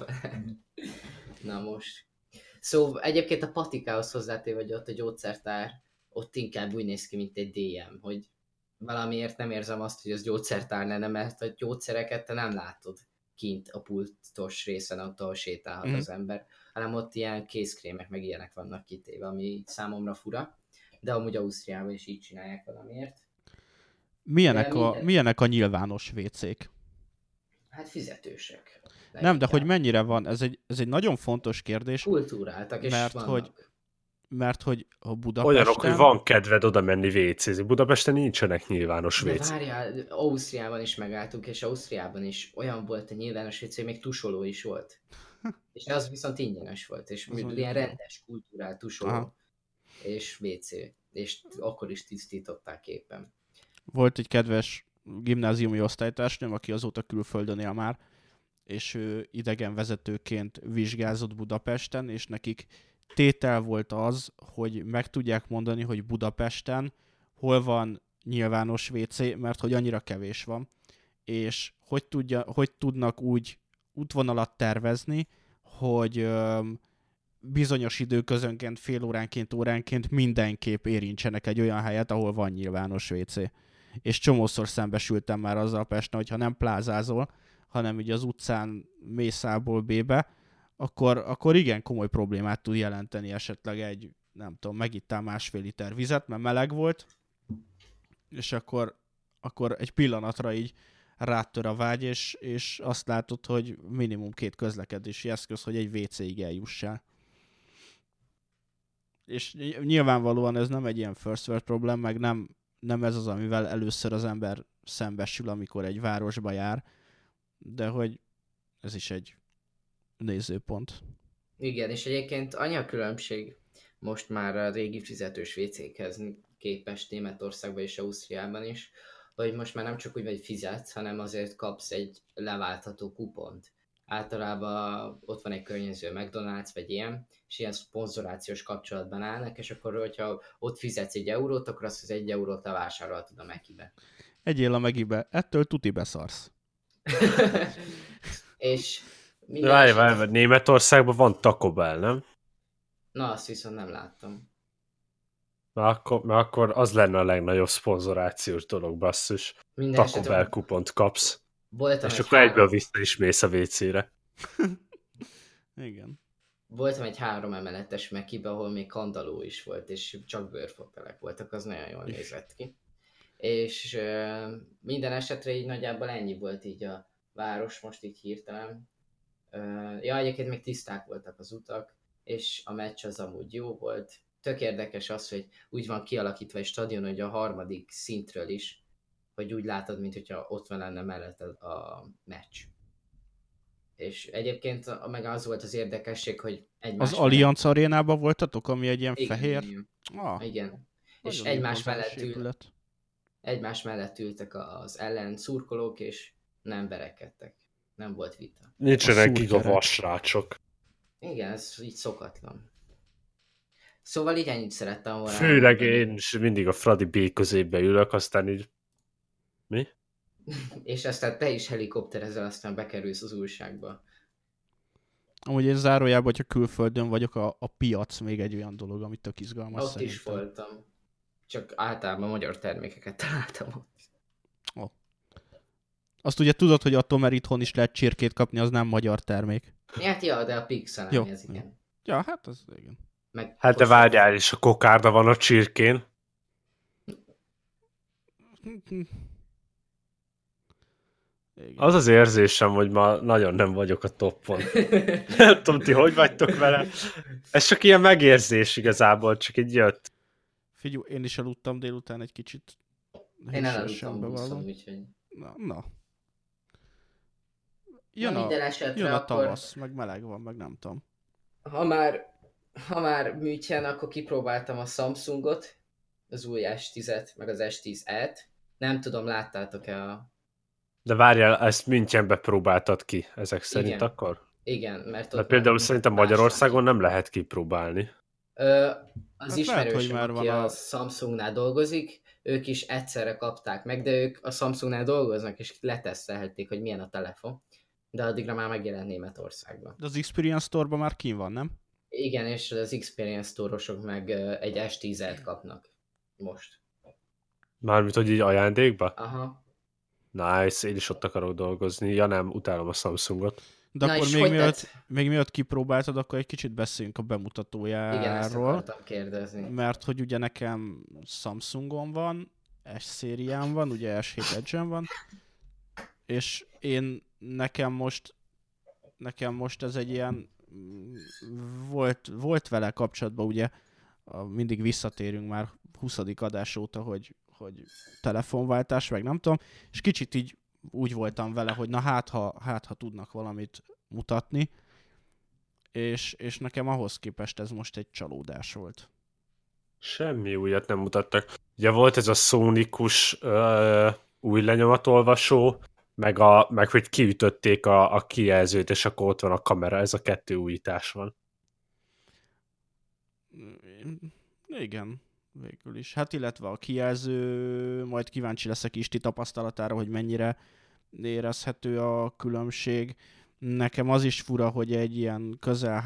Na most. Szóval egyébként a patikához hozzátéve, hogy ott a gyógyszertár, ott inkább úgy néz ki, mint egy dé em, hogy valamiért nem érzem azt, hogy az gyógyszertár lenne, mert a gyógyszereket te nem látod kint a pultos részen, ahol sétálhat mm. az ember, hanem ott ilyen kézkrémek, meg ilyenek vannak kitéve, ami számomra fura, de amúgy Ausztriában is így csinálják valamiért. Milyenek, a, minden... milyenek a nyilvános vécék? Hát fizetősek. Nem, de hogy mennyire van, ez egy, ez egy nagyon fontos kérdés. Kultúráltak, és mert vannak. Hogy, mert hogy a Budapesten... Olyanok, hogy van kedved oda menni vécézni. Budapesten nincsenek nyilvános vécék. De várjál, Ausztriában is megálltunk, és Ausztriában is olyan volt a nyilvános vécé, még tusoló is volt. És az viszont ingyenes volt, és ilyen rendes, kultúrál tusoló. Aha. És vécé. És akkor is tisztították éppen. Volt egy kedves gimnáziumi osztálytársnőm, aki azóta külföldön él már, és ő idegenvezetőként vizsgázott Budapesten, és nekik tétel volt az, hogy meg tudják mondani, hogy Budapesten hol van nyilvános vécé, mert hogy annyira kevés van, és hogy, tudja, hogy tudnak úgy útvonalat tervezni, hogy öm, bizonyos időközönként, fél óránként, óránként mindenképp érintsenek egy olyan helyet, ahol van nyilvános vécé. és csomószor szembesültem már azzal Pesten, hogyha nem plázázol, hanem ugye az utcán mész A-ból B-be, akkor, akkor igen komoly problémát tud jelenteni esetleg egy, nem tudom, megittál másfél liter vizet, mert meleg volt, és akkor, akkor egy pillanatra így rátör a vágy, és, és azt látod, hogy minimum két közlekedési eszköz, hogy egy vé céig eljussál. És nyilvánvalóan ez nem egy ilyen first world problém, meg nem, nem ez az, amivel először az ember szembesül, amikor egy városba jár, de hogy ez is egy nézőpont. Igen, és egyébként annyi a különbség most már a régi fizetős vé cékhez képest Németországban és Ausztriában is, hogy most már nem csak úgy vagy fizetsz, hanem azért kapsz egy leváltható kupont. Általában ott van egy környező McDonald's vagy ilyen, és ilyen szponzorációs kapcsolatban állnak, és akkor, hogyha ott fizetsz egy eurót, akkor azt az egy eurót levásárolhatod a Mekibe. Egyél a Mekibe, ettől tuti beszarsz. És várj, várj, mert Németországban van Taco Bell, nem? Na, azt viszont nem láttam. Mert akkor, mert akkor az lenne a legnagyobb szponzorációs dolog, basszus. Minden Taco Bell van... kupont kapsz. Voltam és akkor három... egyből vissza is mész a vé cére. Igen. Voltam egy három emeletes Mekibe, ahol még kandaló is volt, és csak bőrfotelek voltak, az nagyon jól nézett ki. És uh, minden esetre így nagyjából ennyi volt így a város most így hirtelen. Uh, ja, egyébként még tiszták voltak az utak, és a meccs az amúgy jó volt. Tök érdekes az, hogy úgy van kialakítva egy stadion, hogy a harmadik szintről is, hogy úgy látod, mint hogyha ott van lenne mellett a, a meccs. És egyébként meg az volt az érdekesség, hogy egymás Az Allianz arénában voltatok, ami egy ilyen igen, fehér? Igen. Ah, igen. És egymás mellett, ül... egymás mellett ültek az ellen szurkolók, és nem verekedtek. Nem volt vita. Nincsenek gigavasrácsok. Igen, ez így szokatlan. Szóval így ennyit szerettem volna. Főleg én is mindig a Fradi B középbe ülök, aztán így... Mi? És aztán te is helikopterezel, aztán bekerülsz az újságba. Amúgy én zárójában, hogyha külföldön vagyok, a, a piac még egy olyan dolog, amit tök izgalmas ott szerintem. Is voltam. Csak általában magyar termékeket találtam ott. Oh. Azt ugye tudod, hogy attól, mert itthon is lehet csirkét kapni, az nem magyar termék. Hát ja, de a Pixel nem ez igen. Ja, hát az igen. Meg hát de várjál is, a kokárda van a csirkén. Igen. Az az érzésem, hogy ma nagyon nem vagyok a toppon. Nem tudom, ti hogy vagytok vele. Ez csak ilyen megérzés igazából, csak így jött. Figyelj, én is aludtam délután egy kicsit. Én elaludtam buszon, úgyhogy... Na, na. Jön, na, a, jön a tavasz, akkor... meg meleg van, meg nem tudom. Ha már, ha már München, akkor kipróbáltam a Samsungot, az új es tízet, meg az es tíz E-t. Nem tudom, láttátok-e a... De várjál, ezt Münchenbe próbáltad ki ezek szerint igen. akkor? Igen, mert ott... De például szerintem Magyarországon nem lehet kipróbálni. Ö, az hát ismerősöm, lehet, aki a... a Samsungnál dolgozik, ők is egyszerre kapták meg, de ők a Samsungnál dolgoznak, és letesztelhették, hogy milyen a telefon. De addigra már megjelent Németországban. De az Experience Store-ban már kín van, nem? Igen, és az Experience Store-osok meg egy es tízet kapnak most. Mármint, hogy így ajándékba? Aha. Nice, én is ott akarok dolgozni. Ja nem, utálom a Samsungot. De na akkor még mielőtt, még mielőtt kipróbáltad, akkor egy kicsit beszéljünk a bemutatójáról. Igen, ezt akartam kérdezni. Mert hogy ugye nekem Samsungon van, S-szérián van, ugye es hét Edge-en van, és én nekem most nekem most ez egy ilyen volt, volt vele kapcsolatban, ugye mindig visszatérünk már huszadik adás óta, hogy, hogy telefonváltás, meg nem tudom, és kicsit így úgy voltam vele, hogy na hát ha, hát, ha tudnak valamit mutatni, és, és nekem ahhoz képest ez most egy csalódás volt. Semmi újat nem mutattak. Ugye volt ez a Sonikus uh, új lenyomatolvasó, meg, a, meg hogy kiütötték a, a kijelzőt, és akkor ott van a kamera, ez a kettő újítás van. Igen, végül is. Hát illetve a kijelző, majd kíváncsi leszek Isti tapasztalatára, hogy mennyire érezhető a különbség. Nekem az is fura, hogy egy ilyen közel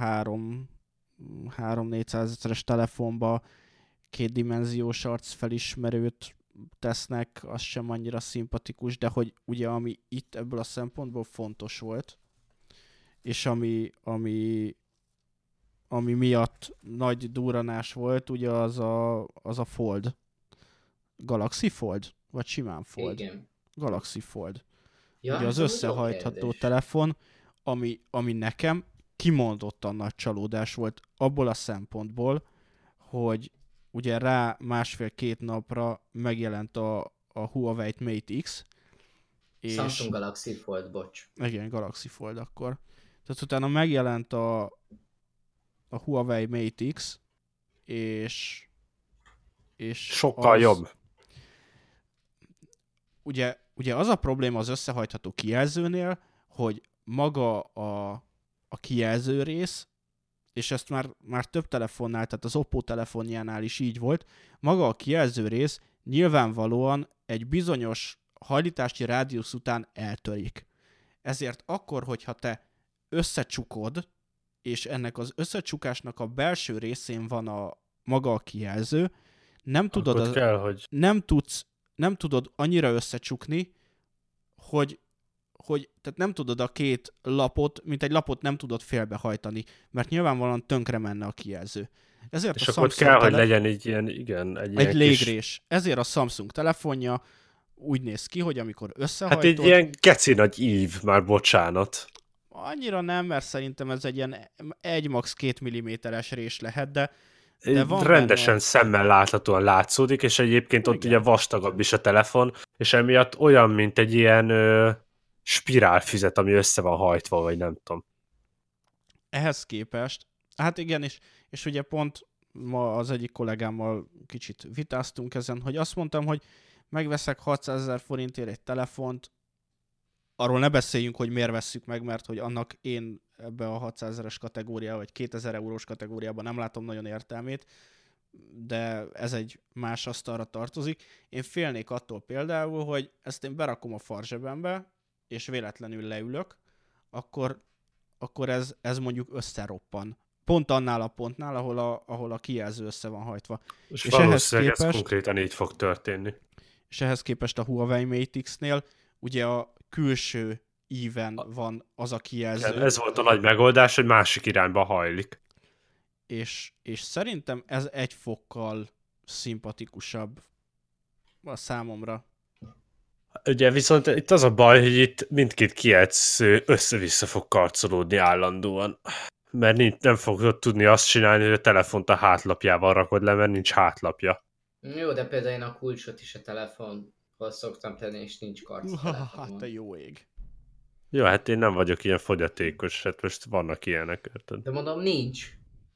három-négyszázezeres telefonba kétdimenziós arcfelismerőt tesznek, az sem annyira szimpatikus, de hogy ugye ami itt ebből a szempontból fontos volt, és ami, ami, ami miatt nagy durranás volt, ugye az a, az a Fold. Galaxy Fold? Vagy simán Fold? Igen. Galaxy Fold. Ja, ugye az összehajtható telefon, ami, ami nekem kimondottan nagy csalódás volt abból a szempontból, hogy ugye rá másfél-két napra megjelent a, a Huawei Mate X. És Samsung Galaxy Fold, bocs. Igen, Galaxy Fold akkor. Tehát utána megjelent a, a Huawei Mate X, és, és sokkal az, jobb. Ugye, ugye az a probléma az összehajtható kijelzőnél, hogy maga a, a kijelző rész, és ezt már, már több telefonnál, tehát az Oppo telefonjánál is így volt, maga a kijelző rész nyilvánvalóan egy bizonyos hajlítási rádiusz után eltörik. Ezért akkor, hogyha te összecsukod, és ennek az összecsukásnak a belső részén van a maga a kijelző, nem tudod, az, kell, hogy... nem tudsz nem tudod annyira összecsukni, hogy, hogy tehát nem tudod a két lapot, mint egy lapot nem tudod félbehajtani, mert nyilvánvalóan tönkre menne a kijelző. Ezért és a akkor Samsung kell, telef... hogy legyen egy ilyen, igen, egy, egy ilyen légrés. Kis... Ezért a Samsung telefonja úgy néz ki, hogy amikor összehajtod... Hát egy ilyen geci nagy ív, már bocsánat. Annyira nem, mert szerintem ez egy ilyen egy max két milliméteres rés lehet, de De van rendesen benne... szemmel láthatóan látszódik, és egyébként ott igen. Ugye vastagabb is a telefon, és emiatt olyan, mint egy ilyen ö, spirálfüzet, ami össze van hajtva, vagy nem tudom. Ehhez képest, hát igen, és, és ugye pont ma az egyik kollégámmal kicsit vitáztunk ezen, hogy azt mondtam, hogy megveszek hatszázezer forintért egy telefont, arról ne beszéljünk, hogy miért vesszük meg, mert hogy annak én ebbe a hatszázezeres kategóriába, vagy kétezer eurós kategóriában nem látom nagyon értelmét, de ez egy más asztalra tartozik. Én félnék attól például, hogy ezt én berakom a farzsebembe, és véletlenül leülök, akkor, akkor ez, ez mondjuk összeroppan. Pont annál a pontnál, ahol a, ahol a kijelző össze van hajtva. És, és ehhez képest, ez konkrétan így fog történni. És ehhez képest a Huawei Mate X-nél ugye a külső íven van az a kijelző. Ez volt a nagy megoldás, hogy másik irányba hajlik. És, és szerintem ez egy fokkal szimpatikusabb a számomra. Ugye viszont itt az a baj, hogy itt mindkét kijelző össze-vissza fog karcolódni állandóan. Mert nincs, nem fogod tudni azt csinálni, hogy a telefont a hátlapjával rakod le, mert nincs hátlapja. Jó, de például én a kulcsot is a telefonhoz szoktam tenni, és nincs karc. Hát te jó ég. Jó, hát én nem vagyok ilyen fogyatékos, hát most vannak ilyenek, érted? De mondom, nincs.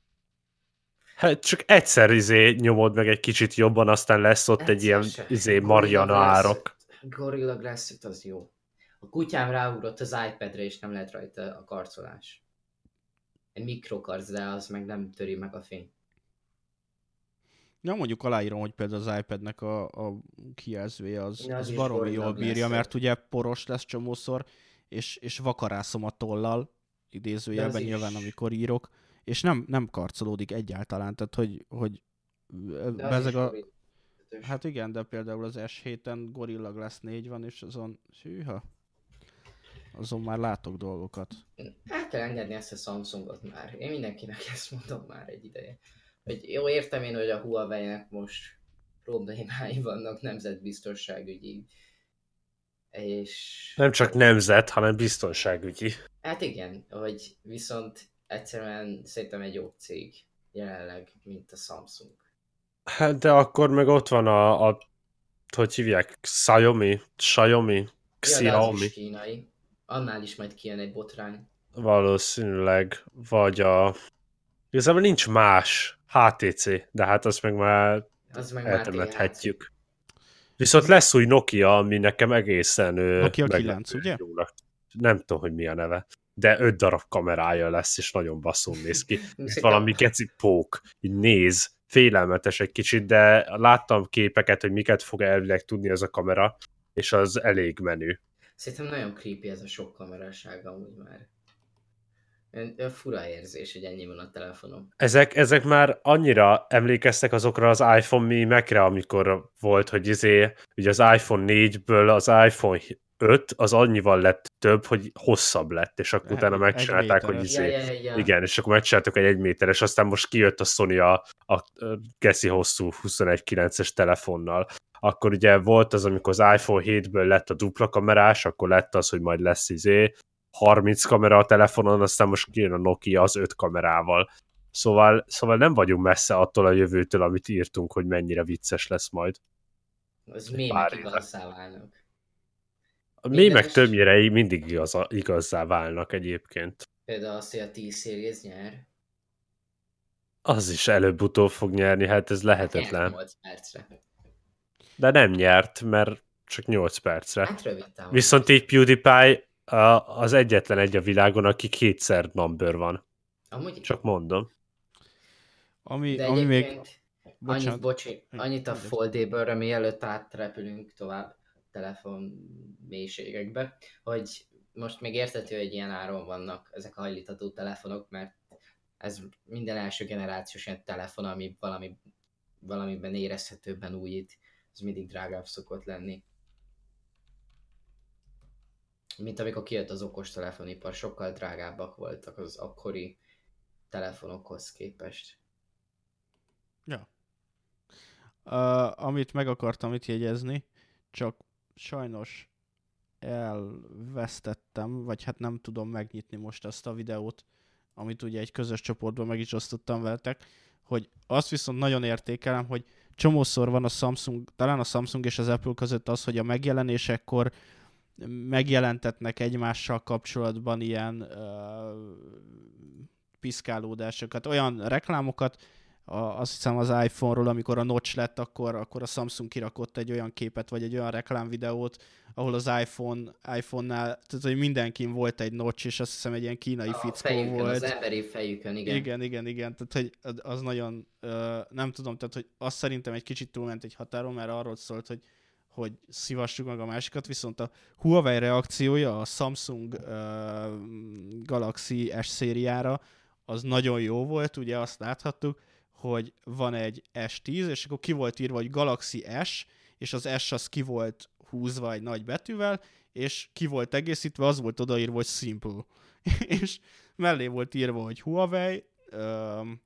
Hát csak egyszer izé nyomod meg egy kicsit jobban, aztán lesz ott egyszer egy ilyen se. izé Mariana árok. Gorilla Glass az jó. A kutyám ráugrott az iPadre, és nem lehet rajta a karcolás. Egy mikrokarc, de az meg nem töri meg a fény. Ja, mondjuk aláírom, hogy például az iPadnek a, a kijelzője az, ja, az, az baromi jól bírja, mert ugye poros lesz csomószor, és, és vakarászom a tollal, idézőjelben nyilván, is... amikor írok, és nem, nem karcolódik egyáltalán, tehát hogy, hogy bezeg a... Hát igen, de például az es héten Gorilla Glass négy van, és azon, hűha, azon már látok dolgokat. El kell engedni ezt a Samsungot már, én mindenkinek ezt mondom már egy ideje. Hogy jó, értem én, hogy a Huawei-nek most problémái vannak nemzetbiztonságügyi, és... Nem csak nemzet, hanem biztonságügyi. Hát igen, hogy viszont egyszerűen szerintem egy jobb cég jelenleg, mint a Samsung. Hát de akkor meg ott van a, a hogy hívják, Xiaomi, Xiaomi, Xiaomi. Ja, az is kínai. Annál is majd kijön egy botrány. Valószínűleg, vagy a... Igazából nincs más há té cé, de hát azt meg már az meg eltemethetjük. Viszont lesz új Nokia, ami nekem egészen... Nokia kilenc, ugye? Jónak. Nem tudom, hogy mi a neve. De öt darab kamerája lesz, és nagyon basszul néz ki. Valami geci pók. Így néz. Félelmetes egy kicsit, de láttam képeket, hogy miket fog elvileg tudni ez a kamera, és az elég menő. Szerintem nagyon creepy ez a sok kamerasága amúgy már. Fura érzés, hogy ennyi van a telefonom. Ezek, ezek már annyira emlékeztek azokra az iPhone mémekre, amikor volt, hogy izé, ugye az iPhone négyből az iPhone öt az annyival lett több, hogy hosszabb lett, és akkor utána megcsinálták, hogy izé, ja, ja, ja. igen, és akkor megcsináltak egy egyméteres, aztán most kijött a Sony a, a geszi hosszú huszonegy kilences telefonnal. Akkor ugye volt az, amikor az iPhone hétből lett a dupla kamerás, akkor lett az, hogy majd lesz izé harminc kamera a telefonon, aztán most kijön a Nokia az öt kamerával. Szóval, szóval nem vagyunk messze attól a jövőtől, amit írtunk, hogy mennyire vicces lesz majd. Az mémek igazzá válnak. A mémek többnyire mindig igaz, igazzá válnak egyébként. Például az, hogy a T-Series nyer. Az is előbb-utóbb fog nyerni, hát ez lehetetlen. nyolc percre. De nem nyert, mert csak nyolc percre. Hát rövid távon. Viszont így PewDiePie az egyetlen egy a világon, aki kétszer number van. Amúgy csak mondom. Ami, De ami még... Annyit, bocsi, annyit a Foldable-re, mielőtt átrepülünk tovább telefon mélységekbe, hogy most még érthető, hogy ilyen áron vannak ezek a hajlítható telefonok, mert ez minden első generációs ilyen telefon, ami valami, valamiben érezhetőbben újít, ez mindig drágább szokott lenni. Mint amikor kijött az okos telefonipar, sokkal drágábbak voltak az akkori telefonokhoz képest. Ja. Uh, amit meg akartam itt jegyezni, csak sajnos elvesztettem, vagy hát nem tudom megnyitni most azt a videót, amit ugye egy közös csoportban meg is osztottam veletek, hogy azt viszont nagyon értékelem, hogy csomószor van a Samsung, talán a Samsung és az Apple között az, hogy a megjelenésekkor megjelentetnek egymással kapcsolatban ilyen uh, piszkálódásokat, olyan reklámokat, a, azt hiszem az iPhone-ról, amikor a notch lett, akkor, akkor a Samsung kirakott egy olyan képet, vagy egy olyan reklámvideót, ahol az iPhone, iPhone-nál, tehát hogy mindenkin volt egy notch, és azt hiszem egy ilyen kínai a fickó fejükön, volt. Az emberi fejükön, igen. Igen, igen, igen, tehát hogy az nagyon, uh, nem tudom, tehát hogy azt szerintem egy kicsit túlment egy határon, mert arról szólt, hogy hogy szívassuk meg a másikat, viszont a Huawei reakciója a Samsung uh, Galaxy S szériára az nagyon jó volt, ugye azt láthattuk, hogy van egy S tíz, és akkor ki volt írva, hogy Galaxy S, és az S az ki volt húzva egy nagy betűvel, és ki volt egészítve, az volt odaírva, hogy Simple. És mellé volt írva, hogy Huawei um,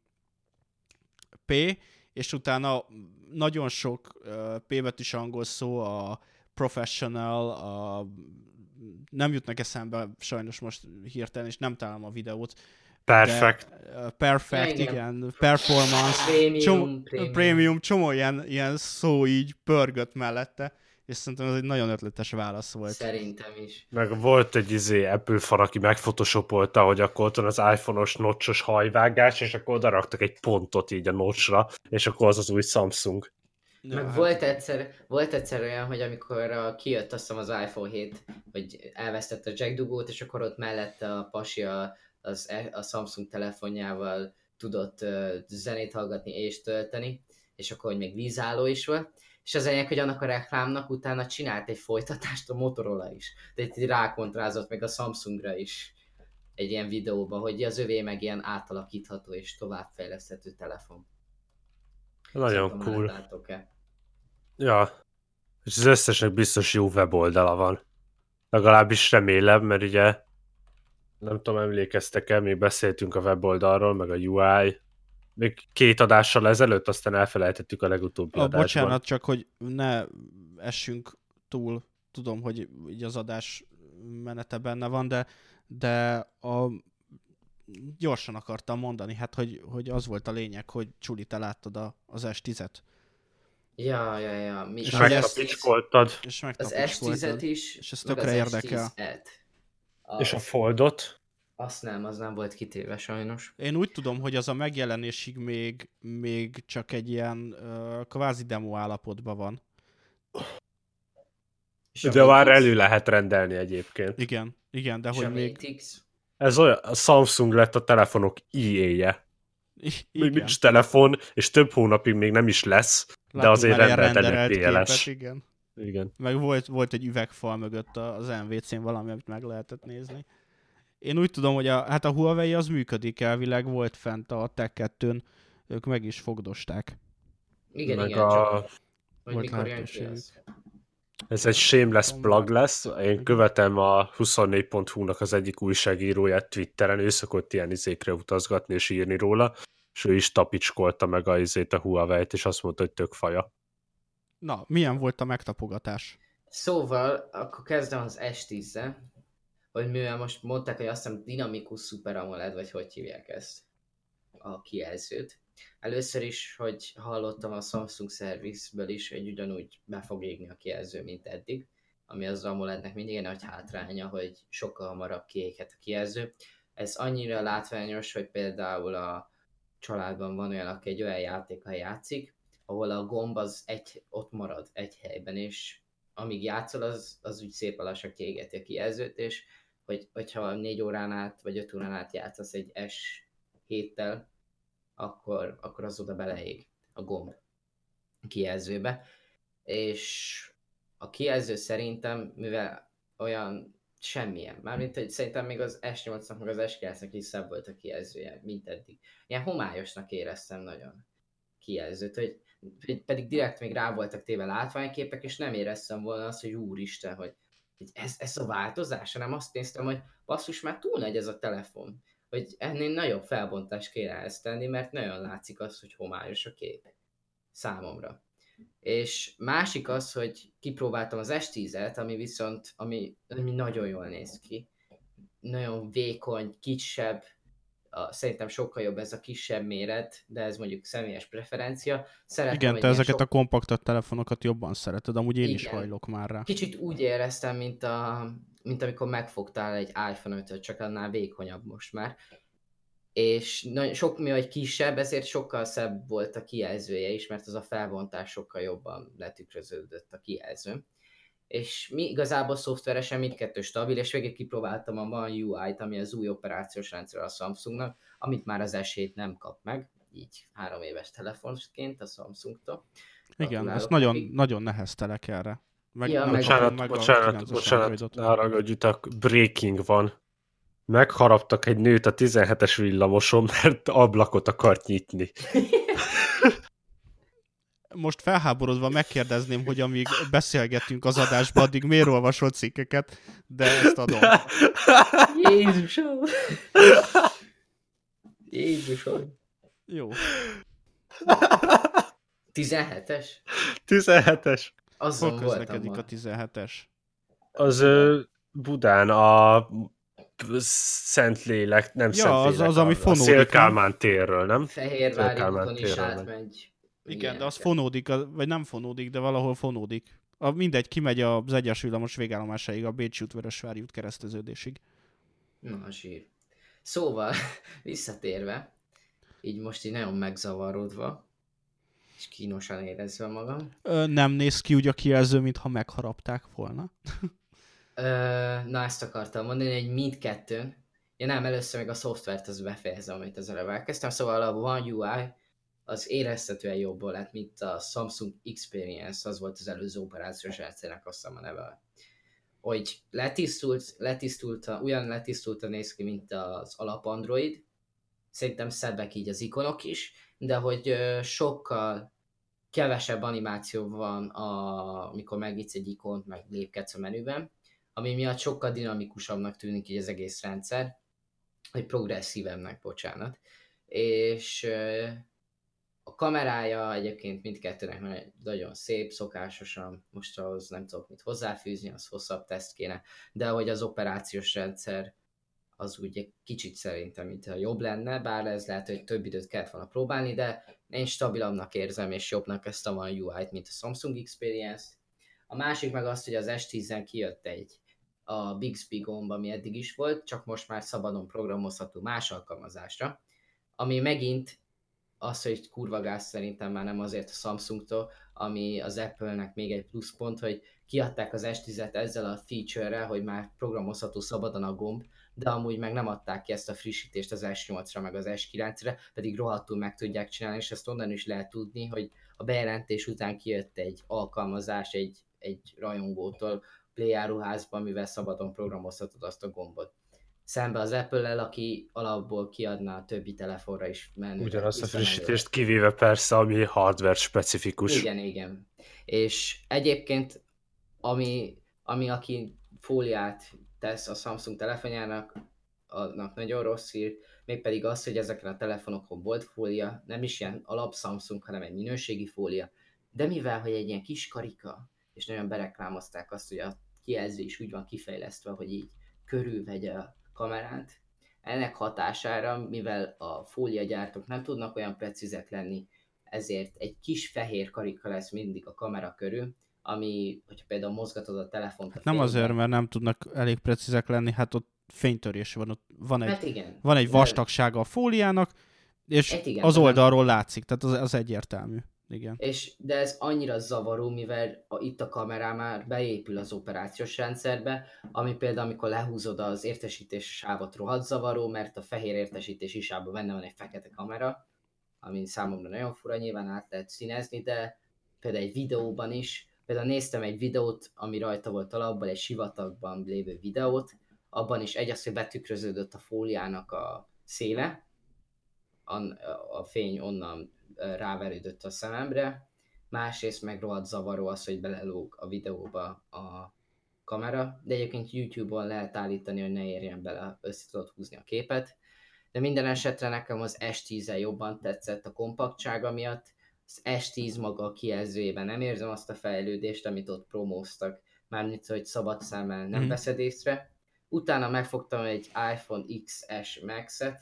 P, és utána nagyon sok uh, P betűs angol szó, a professional, a... nem jutnak eszembe sajnos most hirtelen, és nem találom a videót. Perfect. De, uh, perfect, igen. igen. Performance. Premium, csomó, premium. premium. Csomó ilyen, ilyen szó így pörgött mellette, és szerintem ez egy nagyon ötletes válasz volt. Szerintem is. Meg volt egy izé Apple fan, aki megphotoshopolta, hogy akkor ott van az iPhone-os notch-os hajvágás, és akkor oda raktak egy pontot így a notch-ra, és akkor az az új Samsung. Ja, meg hát volt, egyszer, volt egyszer olyan, hogy amikor a, kijött azt hiszem az iPhone hét, hogy elvesztette a jack dugót, és akkor ott mellette a pasi a, az, a Samsung telefonjával tudott uh, zenét hallgatni és tölteni, és akkor hogy még vízálló is volt. És az enyek, hogy annak a reklámnak utána csinált egy folytatást a Motorola is. Tehát így rákontrázott meg a Samsungra is egy ilyen videóba, hogy az övé meg ilyen átalakítható és továbbfejleszthető telefon. Nagyon Szerintem cool. láttátok-e? Ja, és az összesnek biztos jó weboldala van. Legalábbis remélem, mert ugye nem tudom, emlékeztek-e, még beszéltünk a weboldalról, meg a U I, még két adással ezelőtt, aztán elfelejtettük a legutóbbi a, adásban. Bocsánat, csak hogy ne essünk túl, tudom, hogy így az adás menete benne van, de, de a, gyorsan akartam mondani, hát hogy, hogy az volt a lényeg, hogy Csuli, te láttad a, az S tízet. Ja, ja, ja. Mi, és megtapicskoltad. És az S tízet is, és ez tökre érdekel. A... És a Foldot? Azt nem, az nem volt kitéve sajnos. Én úgy tudom, hogy az a megjelenésig még, még csak egy ilyen uh, kvázi demo állapotban van. De már elő lehet rendelni egyébként. Igen, igen, de és hogy még... X? Ez olyan, a Samsung lett a telefonok í á-je. Még nincs telefon, és több hónapig még nem is lesz, Látunk de azért rendelt egy pé el es. Képet, igen. Igen. Meg volt, volt egy üvegfal mögött az em vé cén valami, amit meg lehetett nézni. Én úgy tudom, hogy a, hát a Huawei az működik elvileg, volt fent a Tech kettőn, ők meg is fogdosták. Igen, meg igen, a... csak hogy Volt mikor jön ki lehetőségük. az. Ez egy shameless plug lesz. Én követem a huszonnégy pont hu-nak az egyik újságíróját Twitteren, ő szokott ilyen izékre utazgatni és írni róla, és ő is tapicskolta meg a izét a Huawei-t, és azt mondta, hogy tök faja. Na, milyen volt a megtapogatás? Szóval, akkor kezdem az es tízzel, hogy mivel most mondták, hogy azt hiszem dinamikus Super AMOLED, vagy hogy hívják ezt a kijelzőt. Először is, hogy hallottam a Samsung Service-ből is, hogy ugyanúgy be fog égni a kijelző, mint eddig, ami az AMOLED-nek mindig egy nagy hátránya, hogy sokkal hamarabb kiéghet a kijelző. Ez annyira látványos, hogy például a családban van olyan, aki egy olyan játékkal játszik, ahol a gomb az egy, ott marad egy helyben, és amíg játszol, az, az úgy szép lassan kiégeti a kijelzőt, és hogy, hogyha négy órán át, vagy öt órán át játszasz egy es héttel, akkor, akkor az oda beleég a gomb kijelzőbe. És a kijelző szerintem, mivel olyan semmilyen, mármint hogy szerintem még az es nyolcnak, meg az es kilencnek is szebb volt a kijelzője, mint eddig. Ilyen homályosnak éreztem nagyon kijelzőt, hogy pedig direkt még rá voltak téve látványképek, és nem éreztem volna azt, hogy úristen, hogy ez, ez a változás, hanem azt néztem, hogy basszus, már túl nagy ez a telefon, hogy ennél nagyobb felbontást kéne ezt tenni, mert nagyon látszik az, hogy homályos a kép számomra. És másik az, hogy kipróbáltam az es tízet, ami viszont, ami, ami nagyon jól néz ki. Nagyon vékony, kisebb, a, szerintem sokkal jobb ez a kisebb méret, de ez mondjuk személyes preferencia. Szeretem, igen, hogy te ezeket sok... a kompaktabb telefonokat jobban szereted, amúgy én Igen. is hajlok már rá. Kicsit úgy éreztem, mint, a, mint amikor megfogtál egy iPhone ötöt, csak annál vékonyabb most már. És nagyon, sok mi, hogy kisebb, ezért sokkal szebb volt a kijelzője is, mert az a felbontás sokkal jobban letükröződött a kijelző. És mi igazából szoftveresen mindkettő stabil, és végig kipróbáltam a One u i-t, ami az új operációs rendszer a Samsungnak, amit már az es hét nem kap meg, így három éves telefonként a Samsungtól. Igen, ezt nagyon, nagyon neheztelek erre. Meg, ja, meg bocsánat, meg bocsánat, bocsánat, ne haragudj, itt a breaking van. Megharaptak egy nőt a tizenhetes villamoson, mert ablakot akart nyitni. Most felháborodva megkérdezném, hogy amíg beszélgetünk az adásban, addig miért olvasol cikkeket, de ezt adom. Jézusom! Jézusom! Jó. tizenhetes? tizenhetes. Azon hol közlekedik a tizenhetes? Az ö, Budán a Szentlélek, nem ja, Szentlélek, az, az, ami fonódik. A Szél-Kálmán térről, nem? Fehérvári úton is átmegy. Igen, igen, de az fonódik, vagy nem fonódik, de valahol fonódik. A, mindegy, kimegy az egyes villamos végállomásáig, a Bécsi út, Vörösvári út kereszteződésig. Na, zsír. Szóval, visszatérve, így most így nagyon megzavarodva, és kínosan érezve magam. Ö, nem néz ki úgy a kijelző, mintha megharapták volna. Ö, na, ezt akartam mondani, hogy mindkettőn. Ja nem, először még a szoftvert az befejezem, amit az előbb elkezdtem. Szóval a One u i az éreztetően jobb lett, mint a Samsung Experience, az volt az előző operációs rendszernek, azt hiszem a neve. Hogy letisztult, letisztult, olyan letisztultan néz ki, mint az alap Android. Szerintem szebbek így az ikonok is, de hogy sokkal kevesebb animáció van, a, amikor megnyitsz egy ikont, meg lépkedsz a menüben, ami miatt sokkal dinamikusabbnak tűnik így az egész rendszer, hogy progresszívebbnek, bocsánat. És a kamerája egyébként mindkettőnek nagyon szép, szokásosan, most ahhoz nem tudok mit hozzáfűzni, az hosszabb teszt kéne, de hogy az operációs rendszer az úgy egy kicsit szerintem, mintha jobb lenne, bár ez lehet, hogy több időt kellett volna próbálni, de én stabilabbnak érzem és jobbnak ezt a One u i-t, mint a Samsung Experience-t. A másik meg az, hogy az es tízen kijött egy a Bixby gomb, ami eddig is volt, csak most már szabadon programozható más alkalmazásra, ami megint az, hogy kurva gáz szerintem már nem azért a Samsungtól, ami az Apple-nek még egy pluszpont, hogy kiadták az es tízet ezzel a feature-rel, hogy már programozható szabadon a gomb, de amúgy meg nem adták ki ezt a frissítést az es nyolcra, meg az es kilencre, pedig rohadtul meg tudják csinálni, és ezt onnan is lehet tudni, hogy a bejelentés után kijött egy alkalmazás egy, egy rajongótól Play áruházban, mivel szabadon programozhatod azt a gombot. szembe az Apple-lel, aki alapból kiadná a többi telefonra is menőleg. Ugyanazt a frissítést kivéve persze, ami hardware specifikus. Igen, igen. És egyébként, ami, ami aki fóliát tesz a Samsung telefonjának, annak nagyon rossz hír, mégpedig az, hogy ezeken a telefonokon volt fólia, nem is ilyen alap Samsung, hanem egy minőségi fólia, de mivel, hogy egy ilyen kis karika, és nagyon bereklámozták azt, hogy a kijelző is úgy van kifejlesztve, hogy így körülvegye a kamerát, ennek hatására, mivel a fóliagyártók nem tudnak olyan precízek lenni, ezért egy kis fehér karika lesz mindig a kamera körül, ami, hogyha például mozgatod a telefont a Nem fényben, azért, mert nem tudnak elég precízek lenni, hát ott fénytörés van, ott van egy, hát igen, van egy vastagsága a fóliának, és hát igen, az oldalról nem... látszik, tehát az, az egyértelmű. Igen. És, de ez annyira zavaró, mivel a, itt a kamerá már beépül az operációs rendszerbe, ami például amikor lehúzod az értesítési sávot rohadt zavaró, mert a fehér értesítési sávban benne van egy fekete kamera, ami számomra nagyon fura, nyilván át lehet színezni, de például egy videóban is, például néztem egy videót, ami rajta volt alapban, egy sivatagban lévő videót, abban is egy az, hogy betükröződött a fóliának a széle, a, a fény onnan ráverődött a szememre, másrészt meg rohadt zavaró az, hogy belelóg a videóba a kamera, de egyébként YouTube-on lehet állítani, hogy ne érjen bele, össze tudod húzni a képet, de minden esetre nekem az es tíz-el jobban tetszett a kompaktsága miatt, az es tíz maga a kijelzőjében nem érzem azt a fejlődést, amit ott promóztak, mármint, hogy szabad szemmel nem mm. veszed észre. Utána megfogtam egy iPhone iksz es Max-et,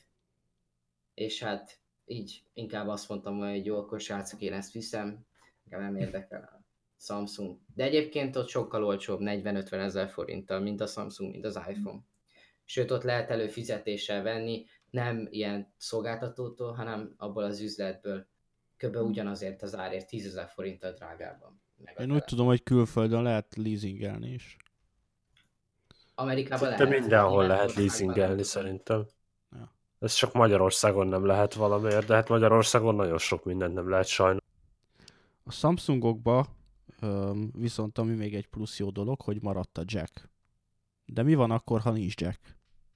és hát így inkább azt mondtam, hogy jó, akkor srácok, én ezt viszem, nekem nem érdekel a Samsung. De egyébként ott sokkal olcsóbb, negyven-ötven ezer forinttal, mint a Samsung, mint az iPhone. Sőt, ott lehet előfizetéssel venni, nem ilyen szolgáltatótól, hanem abból az üzletből kb. Ugyanazért az árért tízezer forinttal drágábban. Én úgy tudom, hogy külföldön lehet leasingelni is. Amerikában de lehet. De mindenhol lehet leasingelni szerintem. Ja. Ez csak Magyarországon nem lehet valamiért, de hát Magyarországon nagyon sok mindent nem lehet sajnos. A Samsungokba viszont ami még egy plusz jó dolog, hogy maradt a jack. De mi van akkor, ha nincs jack?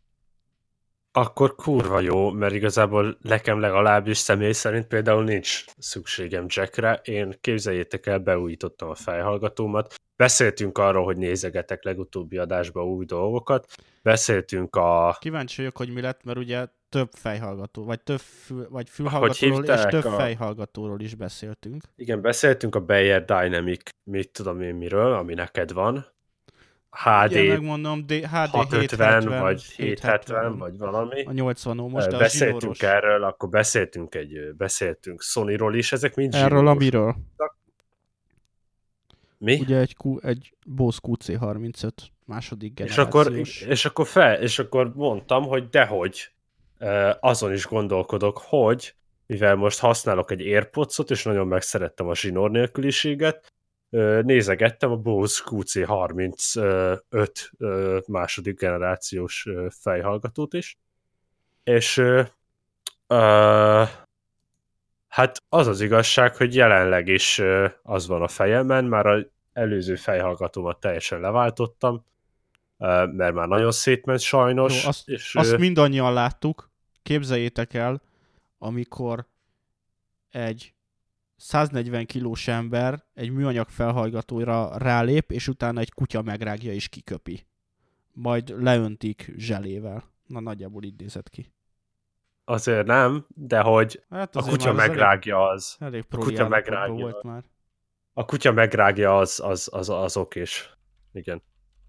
Akkor kurva jó, mert igazából nekem legalábbis személy szerint például nincs szükségem jackre. Én képzeljétek el, beújítottam a fejhallgatómat. Beszéltünk arról, hogy nézegetek legutóbbi adásban új dolgokat. Beszéltünk a... Kíváncsi vagyok, hogy mi lett, mert ugye több fejhallgató, vagy több fül, vagy fülhallgatóról és több a... fejhallgatóról is beszéltünk. Igen, beszéltünk a Beyer Dynamic, mit tudom én miről, ami neked van. há dé, igen, megmondom, D- há dé hatszázötven vagy hétszázhetven vagy valami. A nyolcvan ómos, de beszéltünk a zsinóros. Erről, akkor beszéltünk egy, beszéltünk Sonyról is, ezek mind zsinóros. Erről amiről? Mi? Ugye egy, Q, egy Bose kú cé harmincöt második generációs. És akkor, és akkor fel, és akkor mondtam, hogy dehogy azon is gondolkodok, hogy mivel most használok egy AirPods-ot, és nagyon megszerettem a zsinór nélküliséget, nézegettem a Bose kú cé harmincöt második generációs fejhallgatót is, és uh, hát az az igazság, hogy jelenleg is uh, az van a fejemen, már az előző fejhallgatómat teljesen leváltottam, uh, mert már nagyon szétment sajnos. Jó, azt, és, azt mindannyian láttuk, képzeljétek el, amikor egy száznegyven kilós ember egy műanyag felhallgatóra rálép, és utána egy kutya megrágja és kiköpi. Majd leöntik zselével. Na, nagyjából így nézett ki. Azért nem, de hogy hát a kutya megrágja az. Elég, elég a kutya megrágja volt már. A kutya megrágja az, az, az, az okés. Igen.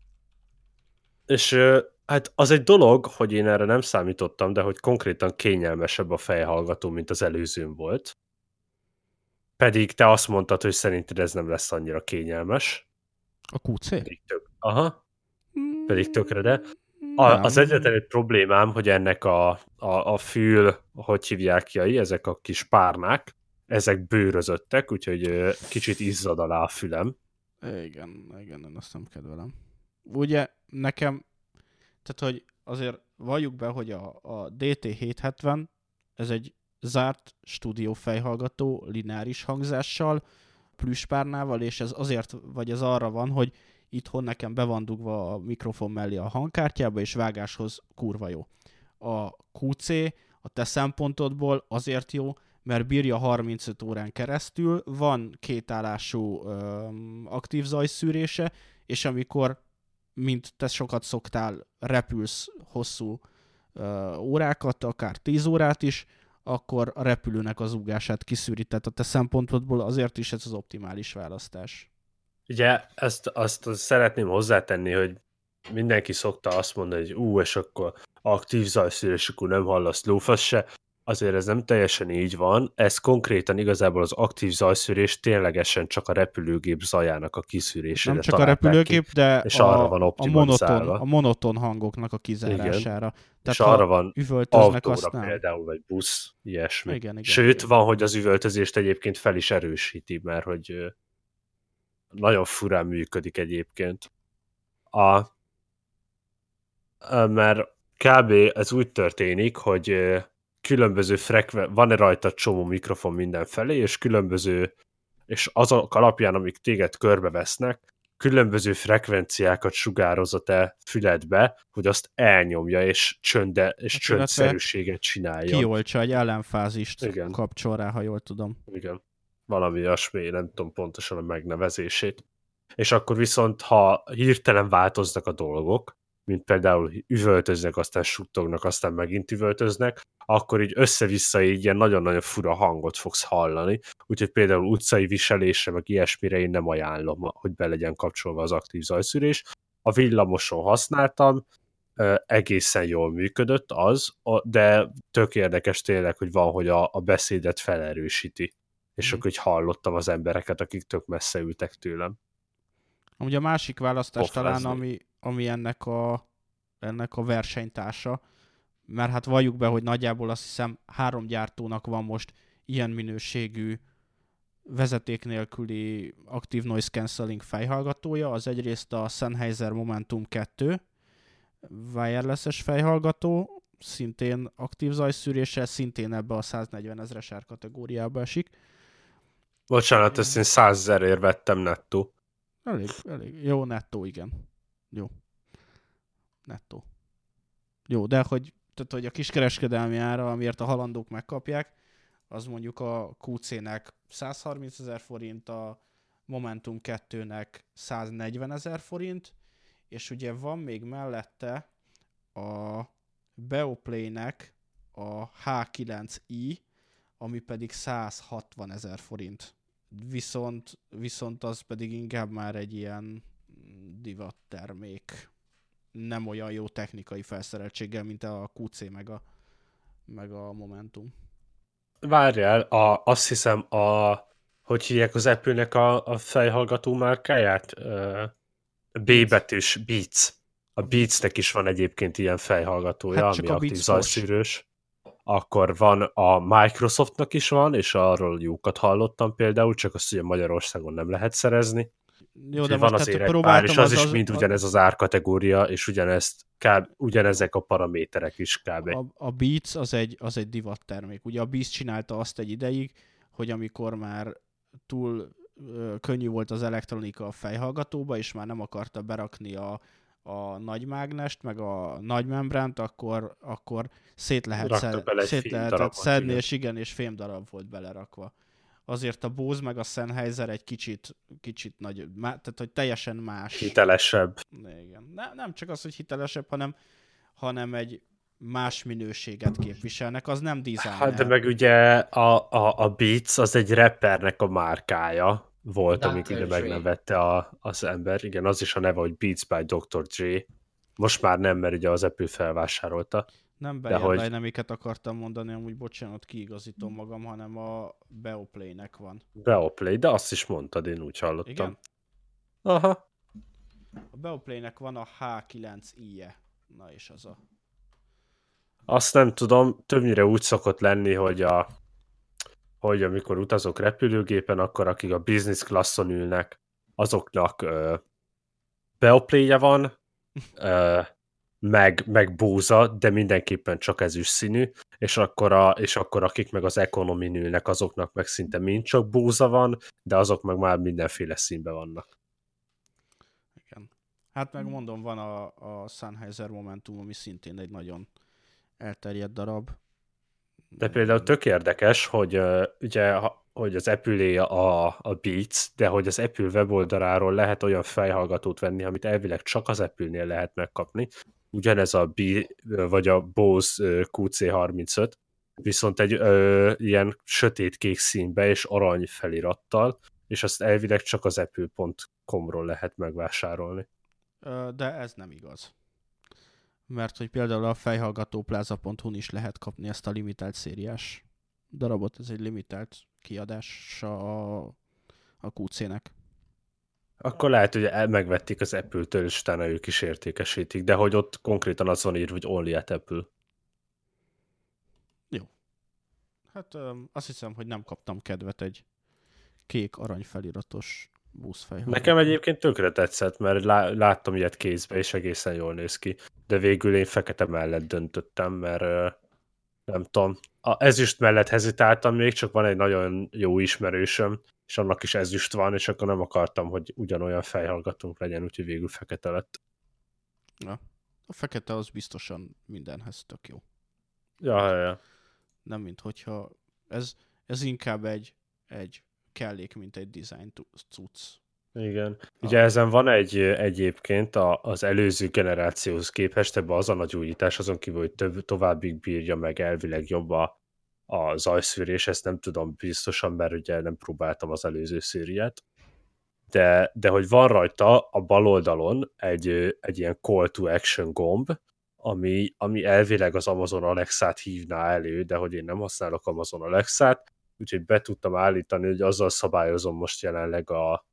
És hát az egy dolog, hogy én erre nem számítottam, de hogy konkrétan kényelmesebb a fejhallgató, mint az előzőn volt. Pedig te azt mondtad, hogy szerinted ez nem lesz annyira kényelmes. A kú cé? Pedig tök, aha. Pedig tökre, de a, az egyetlen egy problémám, hogy ennek a, a, a fül, hogy hívják ki, ezek a kis párnák, ezek bőrözöttek, úgyhogy kicsit izzad alá a fülem. Igen, igen, én azt nem kedvelem. Ugye nekem, tehát hogy azért valljuk be, hogy a, a dé té hétszázhetven, ez egy zárt stúdió fejhallgató lineáris hangzással, plüsspárnával, és ez azért, vagy ez arra van, hogy itthon nekem be van dugva a mikrofon mellé a hangkártyába, és vágáshoz kurva jó. A kú cé a te szempontodból azért jó, mert bírja harmincöt órán keresztül, van kétállású öm, aktív zajszűrése, és amikor, mint te sokat szoktál, repülsz hosszú ö, órákat, akár tíz órát is, akkor a repülőnek az ugását kiszűri. Tehát a te szempontodból azért is ez az optimális választás. Ugye ezt azt szeretném hozzátenni, hogy mindenki szokta azt mondani, hogy ú, és akkor aktív zajszűrés, akkor nem hallasz lófasz se. Azért ez nem teljesen így van. Ez konkrétan igazából az aktív zajszűrés ténylegesen csak a repülőgép zajának a kiszűrésére. Nem csak a repülőgép, ki, de és a, arra van a, monoton, a monoton hangoknak a kizárására. Igen. Tehát és arra van üvöltöznek, autóra azt például, vagy busz, ilyesmi. Igen, igen, Sőt, igen. van, hogy az üvöltözést egyébként fel is erősíti, mert hogy nagyon furán működik egyébként. A, mert kb. Ez úgy történik, hogy különböző frekven... van-e rajta csomó mikrofon mindenfelé, és különböző, és azok alapján, amik téged körbevesznek, különböző frekvenciákat sugároz a te füledbe, hogy azt elnyomja, és, csönde, és hát csöndszerűséget csináljon. Kioltsa egy ellenfázist, igen. Kapcsol rá, ha jól tudom. Igen. Valami olyasmi, nem tudom pontosan a megnevezését. És akkor viszont, ha hirtelen változnak a dolgok, mint például üvöltöznek, aztán suttognak, aztán megint üvöltöznek, akkor így össze-vissza így ilyen nagyon-nagyon fura hangot fogsz hallani. Úgyhogy például utcai viselésre, meg ilyesmire én nem ajánlom, hogy be legyen kapcsolva az aktív zajszűrés. A villamoson használtam, egészen jól működött az, de tök érdekes tényleg, hogy van, hogy a, a beszédet felerősíti. És mm. akkor így hallottam az embereket, akik tök messze ültek tőlem. Ugye a másik választás talán, ami, ami ennek, a, ennek a versenytársa, mert hát valljuk be, hogy nagyjából azt hiszem három gyártónak van most ilyen minőségű vezeték nélküli Active Noise Cancelling fejhallgatója. Az egyrészt a Sennheiser Momentum kettő wireless-es fejhallgató, szintén aktív zajszűréssel, szintén ebbe a száznegyven ezres ár kategóriába esik. Bocsánat, ezt én százezerért vettem nettó. Elég, elég. Jó, nettó, igen. Jó. Nettó. Jó, de hogy, tehát, hogy a kiskereskedelmi ára, amiért a halandók megkapják, az mondjuk a kú cének százharmincezer forint, a Momentum kettőnek száznegyvenezer forint, és ugye van még mellette a Beoplay-nek a há kilenc i, ami pedig százhatvanezer forint. Viszont, viszont az pedig inkább már egy ilyen divattermék. Nem olyan jó technikai felszereltséggel, mint a kú cé meg a, meg a Momentum. Várjál, a, azt hiszem, a, hogy hívják az Apple-nek a, a fejhallgató márkáját? B betűs, Beats. A Beatsnek is van egyébként ilyen fejhallgatója, hát ami aktív zajszűrős. Akkor van a Microsoftnak is van, és arról jókat hallottam például, csak azt ugye Magyarországon nem lehet szerezni. Jó, de van azért egy pár, és az, az is az, mind az... ugyanez az árkategória, és ugyanezt, kb, ugyanezek a paraméterek is kb. A, a Beats az egy, az egy divattermék. Ugye a Beats csinálta azt egy ideig, hogy amikor már túl ö, könnyű volt az elektronika a fejhallgatóba, és már nem akarta berakni a a nagy mágnest, meg a nagy membránt, akkor, akkor szét, lehet szed, szét lehetett szedni, igen. És igen, és fémdarab volt belerakva. Azért a Bose meg a Sennheiser egy kicsit, kicsit nagy, tehát hogy teljesen más. Hitelesebb. Igen. Ne, nem csak az, hogy hitelesebb, hanem, hanem egy más minőséget képviselnek, az nem designer. Hát de meg ugye a, a, a Beats az egy rappernek a márkája volt, amik ide meg nem vette a, az ember. Igen, az is a neve, hogy Beats by doktor Dre. Most már nem, mert ugye az Apple felvásárolta. Nem Beyond hogy... Dynamic-et akartam mondani, amúgy bocsánat, kiigazítom magam, hanem a Beoplay-nek van. Beoplay, de azt is mondtad, én úgy hallottam. Igen? Aha. A Beoplay-nek van a há kilenc i-je. Na és az a... Azt nem tudom, többnyire úgy szokott lenni, hogy a hogy amikor utazok repülőgépen, akkor akik a business classon ülnek, azoknak uh, Beoplay-je van, uh, meg, meg Bose, de mindenképpen csak ezüst színű, és akkor, a, és akkor akik meg az economy ülnek, azoknak meg szinte mind csak Bose van, de azok meg már mindenféle színben vannak. Igen. Hát megmondom, van a, a Sennheiser Momentum, ami szintén egy nagyon elterjedt darab. De például tök érdekes, hogy uh, ugye, ha, hogy az Apple-é a, a Beats, de hogy az Apple weboldaláról lehet olyan fejhallgatót venni, amit elvileg csak az Apple-nél lehet megkapni. Ugyanez a B, vagy a Bose Q C harmincöt, viszont egy ö, ilyen sötétkék színbe és arany felirattal, és azt elvileg csak az apple pont com-ról lehet megvásárolni. De ez nem igaz. Mert hogy például a fejhallgatópláza pont hu-n is lehet kapni ezt a limitált szériás darabot, ez egy limitált kiadása a, a Q C-nek. Akkor lehet, hogy megvették az Apple-től, és utána ők is értékesítik, de hogy ott konkrétan az van írva, hogy only at Apple. Jó. Hát öm, azt hiszem, hogy nem kaptam kedvet egy kék arany feliratos buszfejhallgató. Nekem egyébként tökre tetszett, mert lá- láttam ilyet kézbe, és egészen jól néz ki. De végül én fekete mellett döntöttem, mert nem tudom, a ezüst mellett hezitáltam még, csak van egy nagyon jó ismerősöm, és annak is ezüst van, és akkor nem akartam, hogy ugyanolyan fejhallgatónk legyen, úgyhogy végül fekete lett. Ja. A fekete az biztosan mindenhez tök jó. Ja, ja, ja. Nem, mint hogyha ez, ez inkább egy, egy kellék, mint egy design cucc. Igen. Ugye ah. ezen van egy egyébként a, az előző generációhoz képest, ebben az a nagy újítás, azon kívül, hogy több, továbbig bírja meg elvileg jobb a, a zajszűrés, ezt nem tudom biztosan, mert ugye nem próbáltam az előző szériát, de, de hogy van rajta a bal oldalon egy, egy ilyen call to action gomb, ami, ami elvileg az Amazon Alexát hívná elő, de hogy én nem használok Amazon Alexát, úgyhogy be tudtam állítani, hogy azzal szabályozom most jelenleg a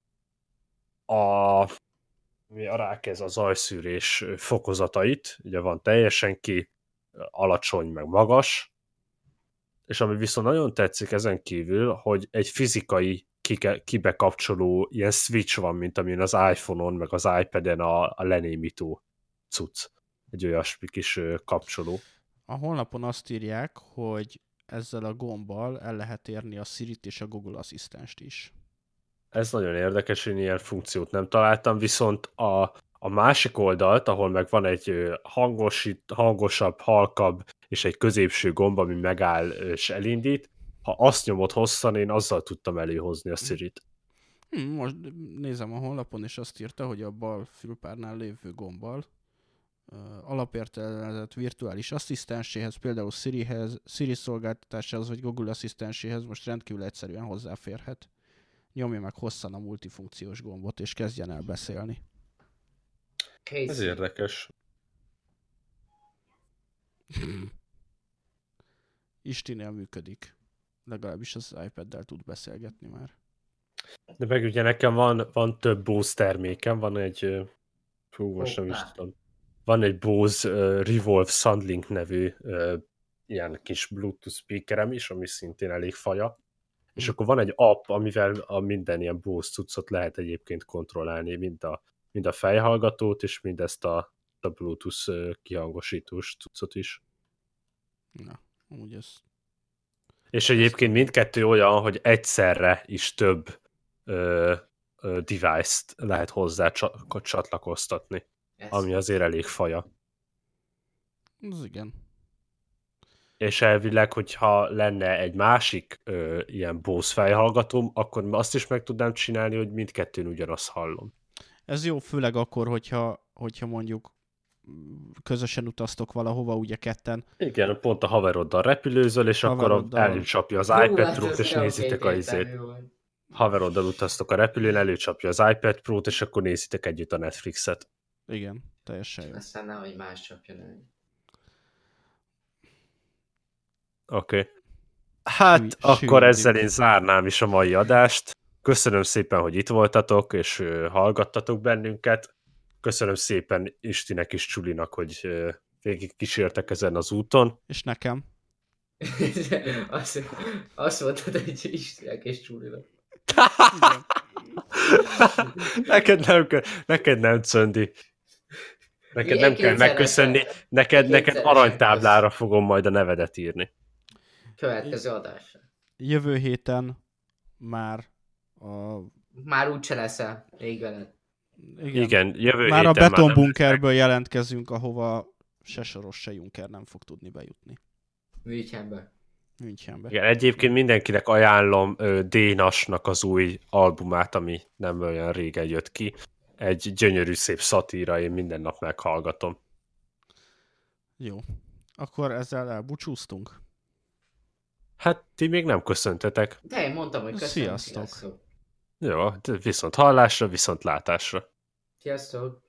a, mi a rákez a zajszűrés fokozatait, ugye van teljesen ki, alacsony, meg magas, és ami viszont nagyon tetszik ezen kívül, hogy egy fizikai kike, kibekapcsoló ilyen switch van, mint amin az iPhone-on, meg az iPad-en a, a lenémító cucc. Egy olyasmi kis kapcsoló. A honlapon azt írják, hogy ezzel a gombbal el lehet érni a Sirit és a Google Asszisztenst is. Ez nagyon érdekes, én ilyen funkciót nem találtam, viszont a, a másik oldalt, ahol meg van egy hangosít, hangosabb, halkabb és egy középső gomb, ami megáll és elindít, ha azt nyomod hosszan, én azzal tudtam előhozni a Sirit. Hmm, most nézem a honlapon, és azt írta, hogy a bal fülpárnál lévő gombbal uh, alapértelmezett virtuális asszisztenséhez, például Sirihez, Siri szolgáltatásához vagy Google asszisztenséhez most rendkívül egyszerűen hozzáférhet. Nyomja meg hosszan a multifunkciós gombot, és kezdjen el beszélni. Casey. Ez érdekes. Istinél működik. Legalábbis az iPad-del tud beszélgetni már. De meg ugye nekem van, van több Bose termékem, van egy, fú, most oh, nem is tudom, van egy Bose uh, Revolve Soundlink nevű uh, ilyen kis Bluetooth speakerem is, ami szintén elég faja. És akkor van egy app, amivel a minden ilyen Bose cuccot lehet egyébként kontrollálni, mind a, mind a fejhallgatót, és mind ezt a, a Bluetooth kihangosítós cuccot is. Na, úgy ez... És egyébként mindkettő olyan, hogy egyszerre is több ö, ö, device-t lehet hozzá csatlakoztatni, ez ami azért elég faja. Ez igen. És elvileg, hogyha lenne egy másik ö, ilyen Bose fejhallgatóm, akkor azt is meg tudnám csinálni, hogy mindkettőn ugyanazt hallom. Ez jó, főleg akkor, hogyha, hogyha mondjuk közösen utaztok valahova, ugye ketten. Igen, pont a haveroddal repülőzöl, és haveroddal... akkor előcsapja az iPad Pro-t, és nézitek a izét. Haveroddal utaztok a repülőn, előcsapja az iPad Pro-t, és akkor nézitek együtt a Netflixet. Igen, teljesen jó. Aztán nehogy más csapjon el. Oké. Okay. Hát, Sű, akkor ezzel én zárnám is a mai adást. Köszönöm szépen, hogy itt voltatok, és uh, hallgattatok bennünket. Köszönöm szépen Istinek és Csulinak, hogy uh, végig kísértek ezen az úton. És nekem. azt, azt mondtad, hogy Istinek és Csulinak. neked nem, neked nem Czöndi. Neked ilyen nem kell megköszönni. Neked, neked aranytáblára fogom majd a nevedet írni. Következő adásra. Jövő héten már a... Már úgyse leszel. Rég veled. Igen, Igen jövő már a héten betonbunkerből jelentkezünk, ahova se Soros, se Juncker nem fog tudni bejutni. Münchenbe. Münchenbe. Igen, egyébként mindenkinek ajánlom Dénasnak az új albumát, ami nem olyan régen jött ki. Egy gyönyörű szép szatíra, én minden nap meghallgatom. Jó. Akkor ezzel elbúcsúztunk? Hát ti még nem köszöntetek. De én mondtam, hogy köszönöm. Sziasztok. Sziasztok. Jó, viszont hallásra, viszont látásra. Sziasztok.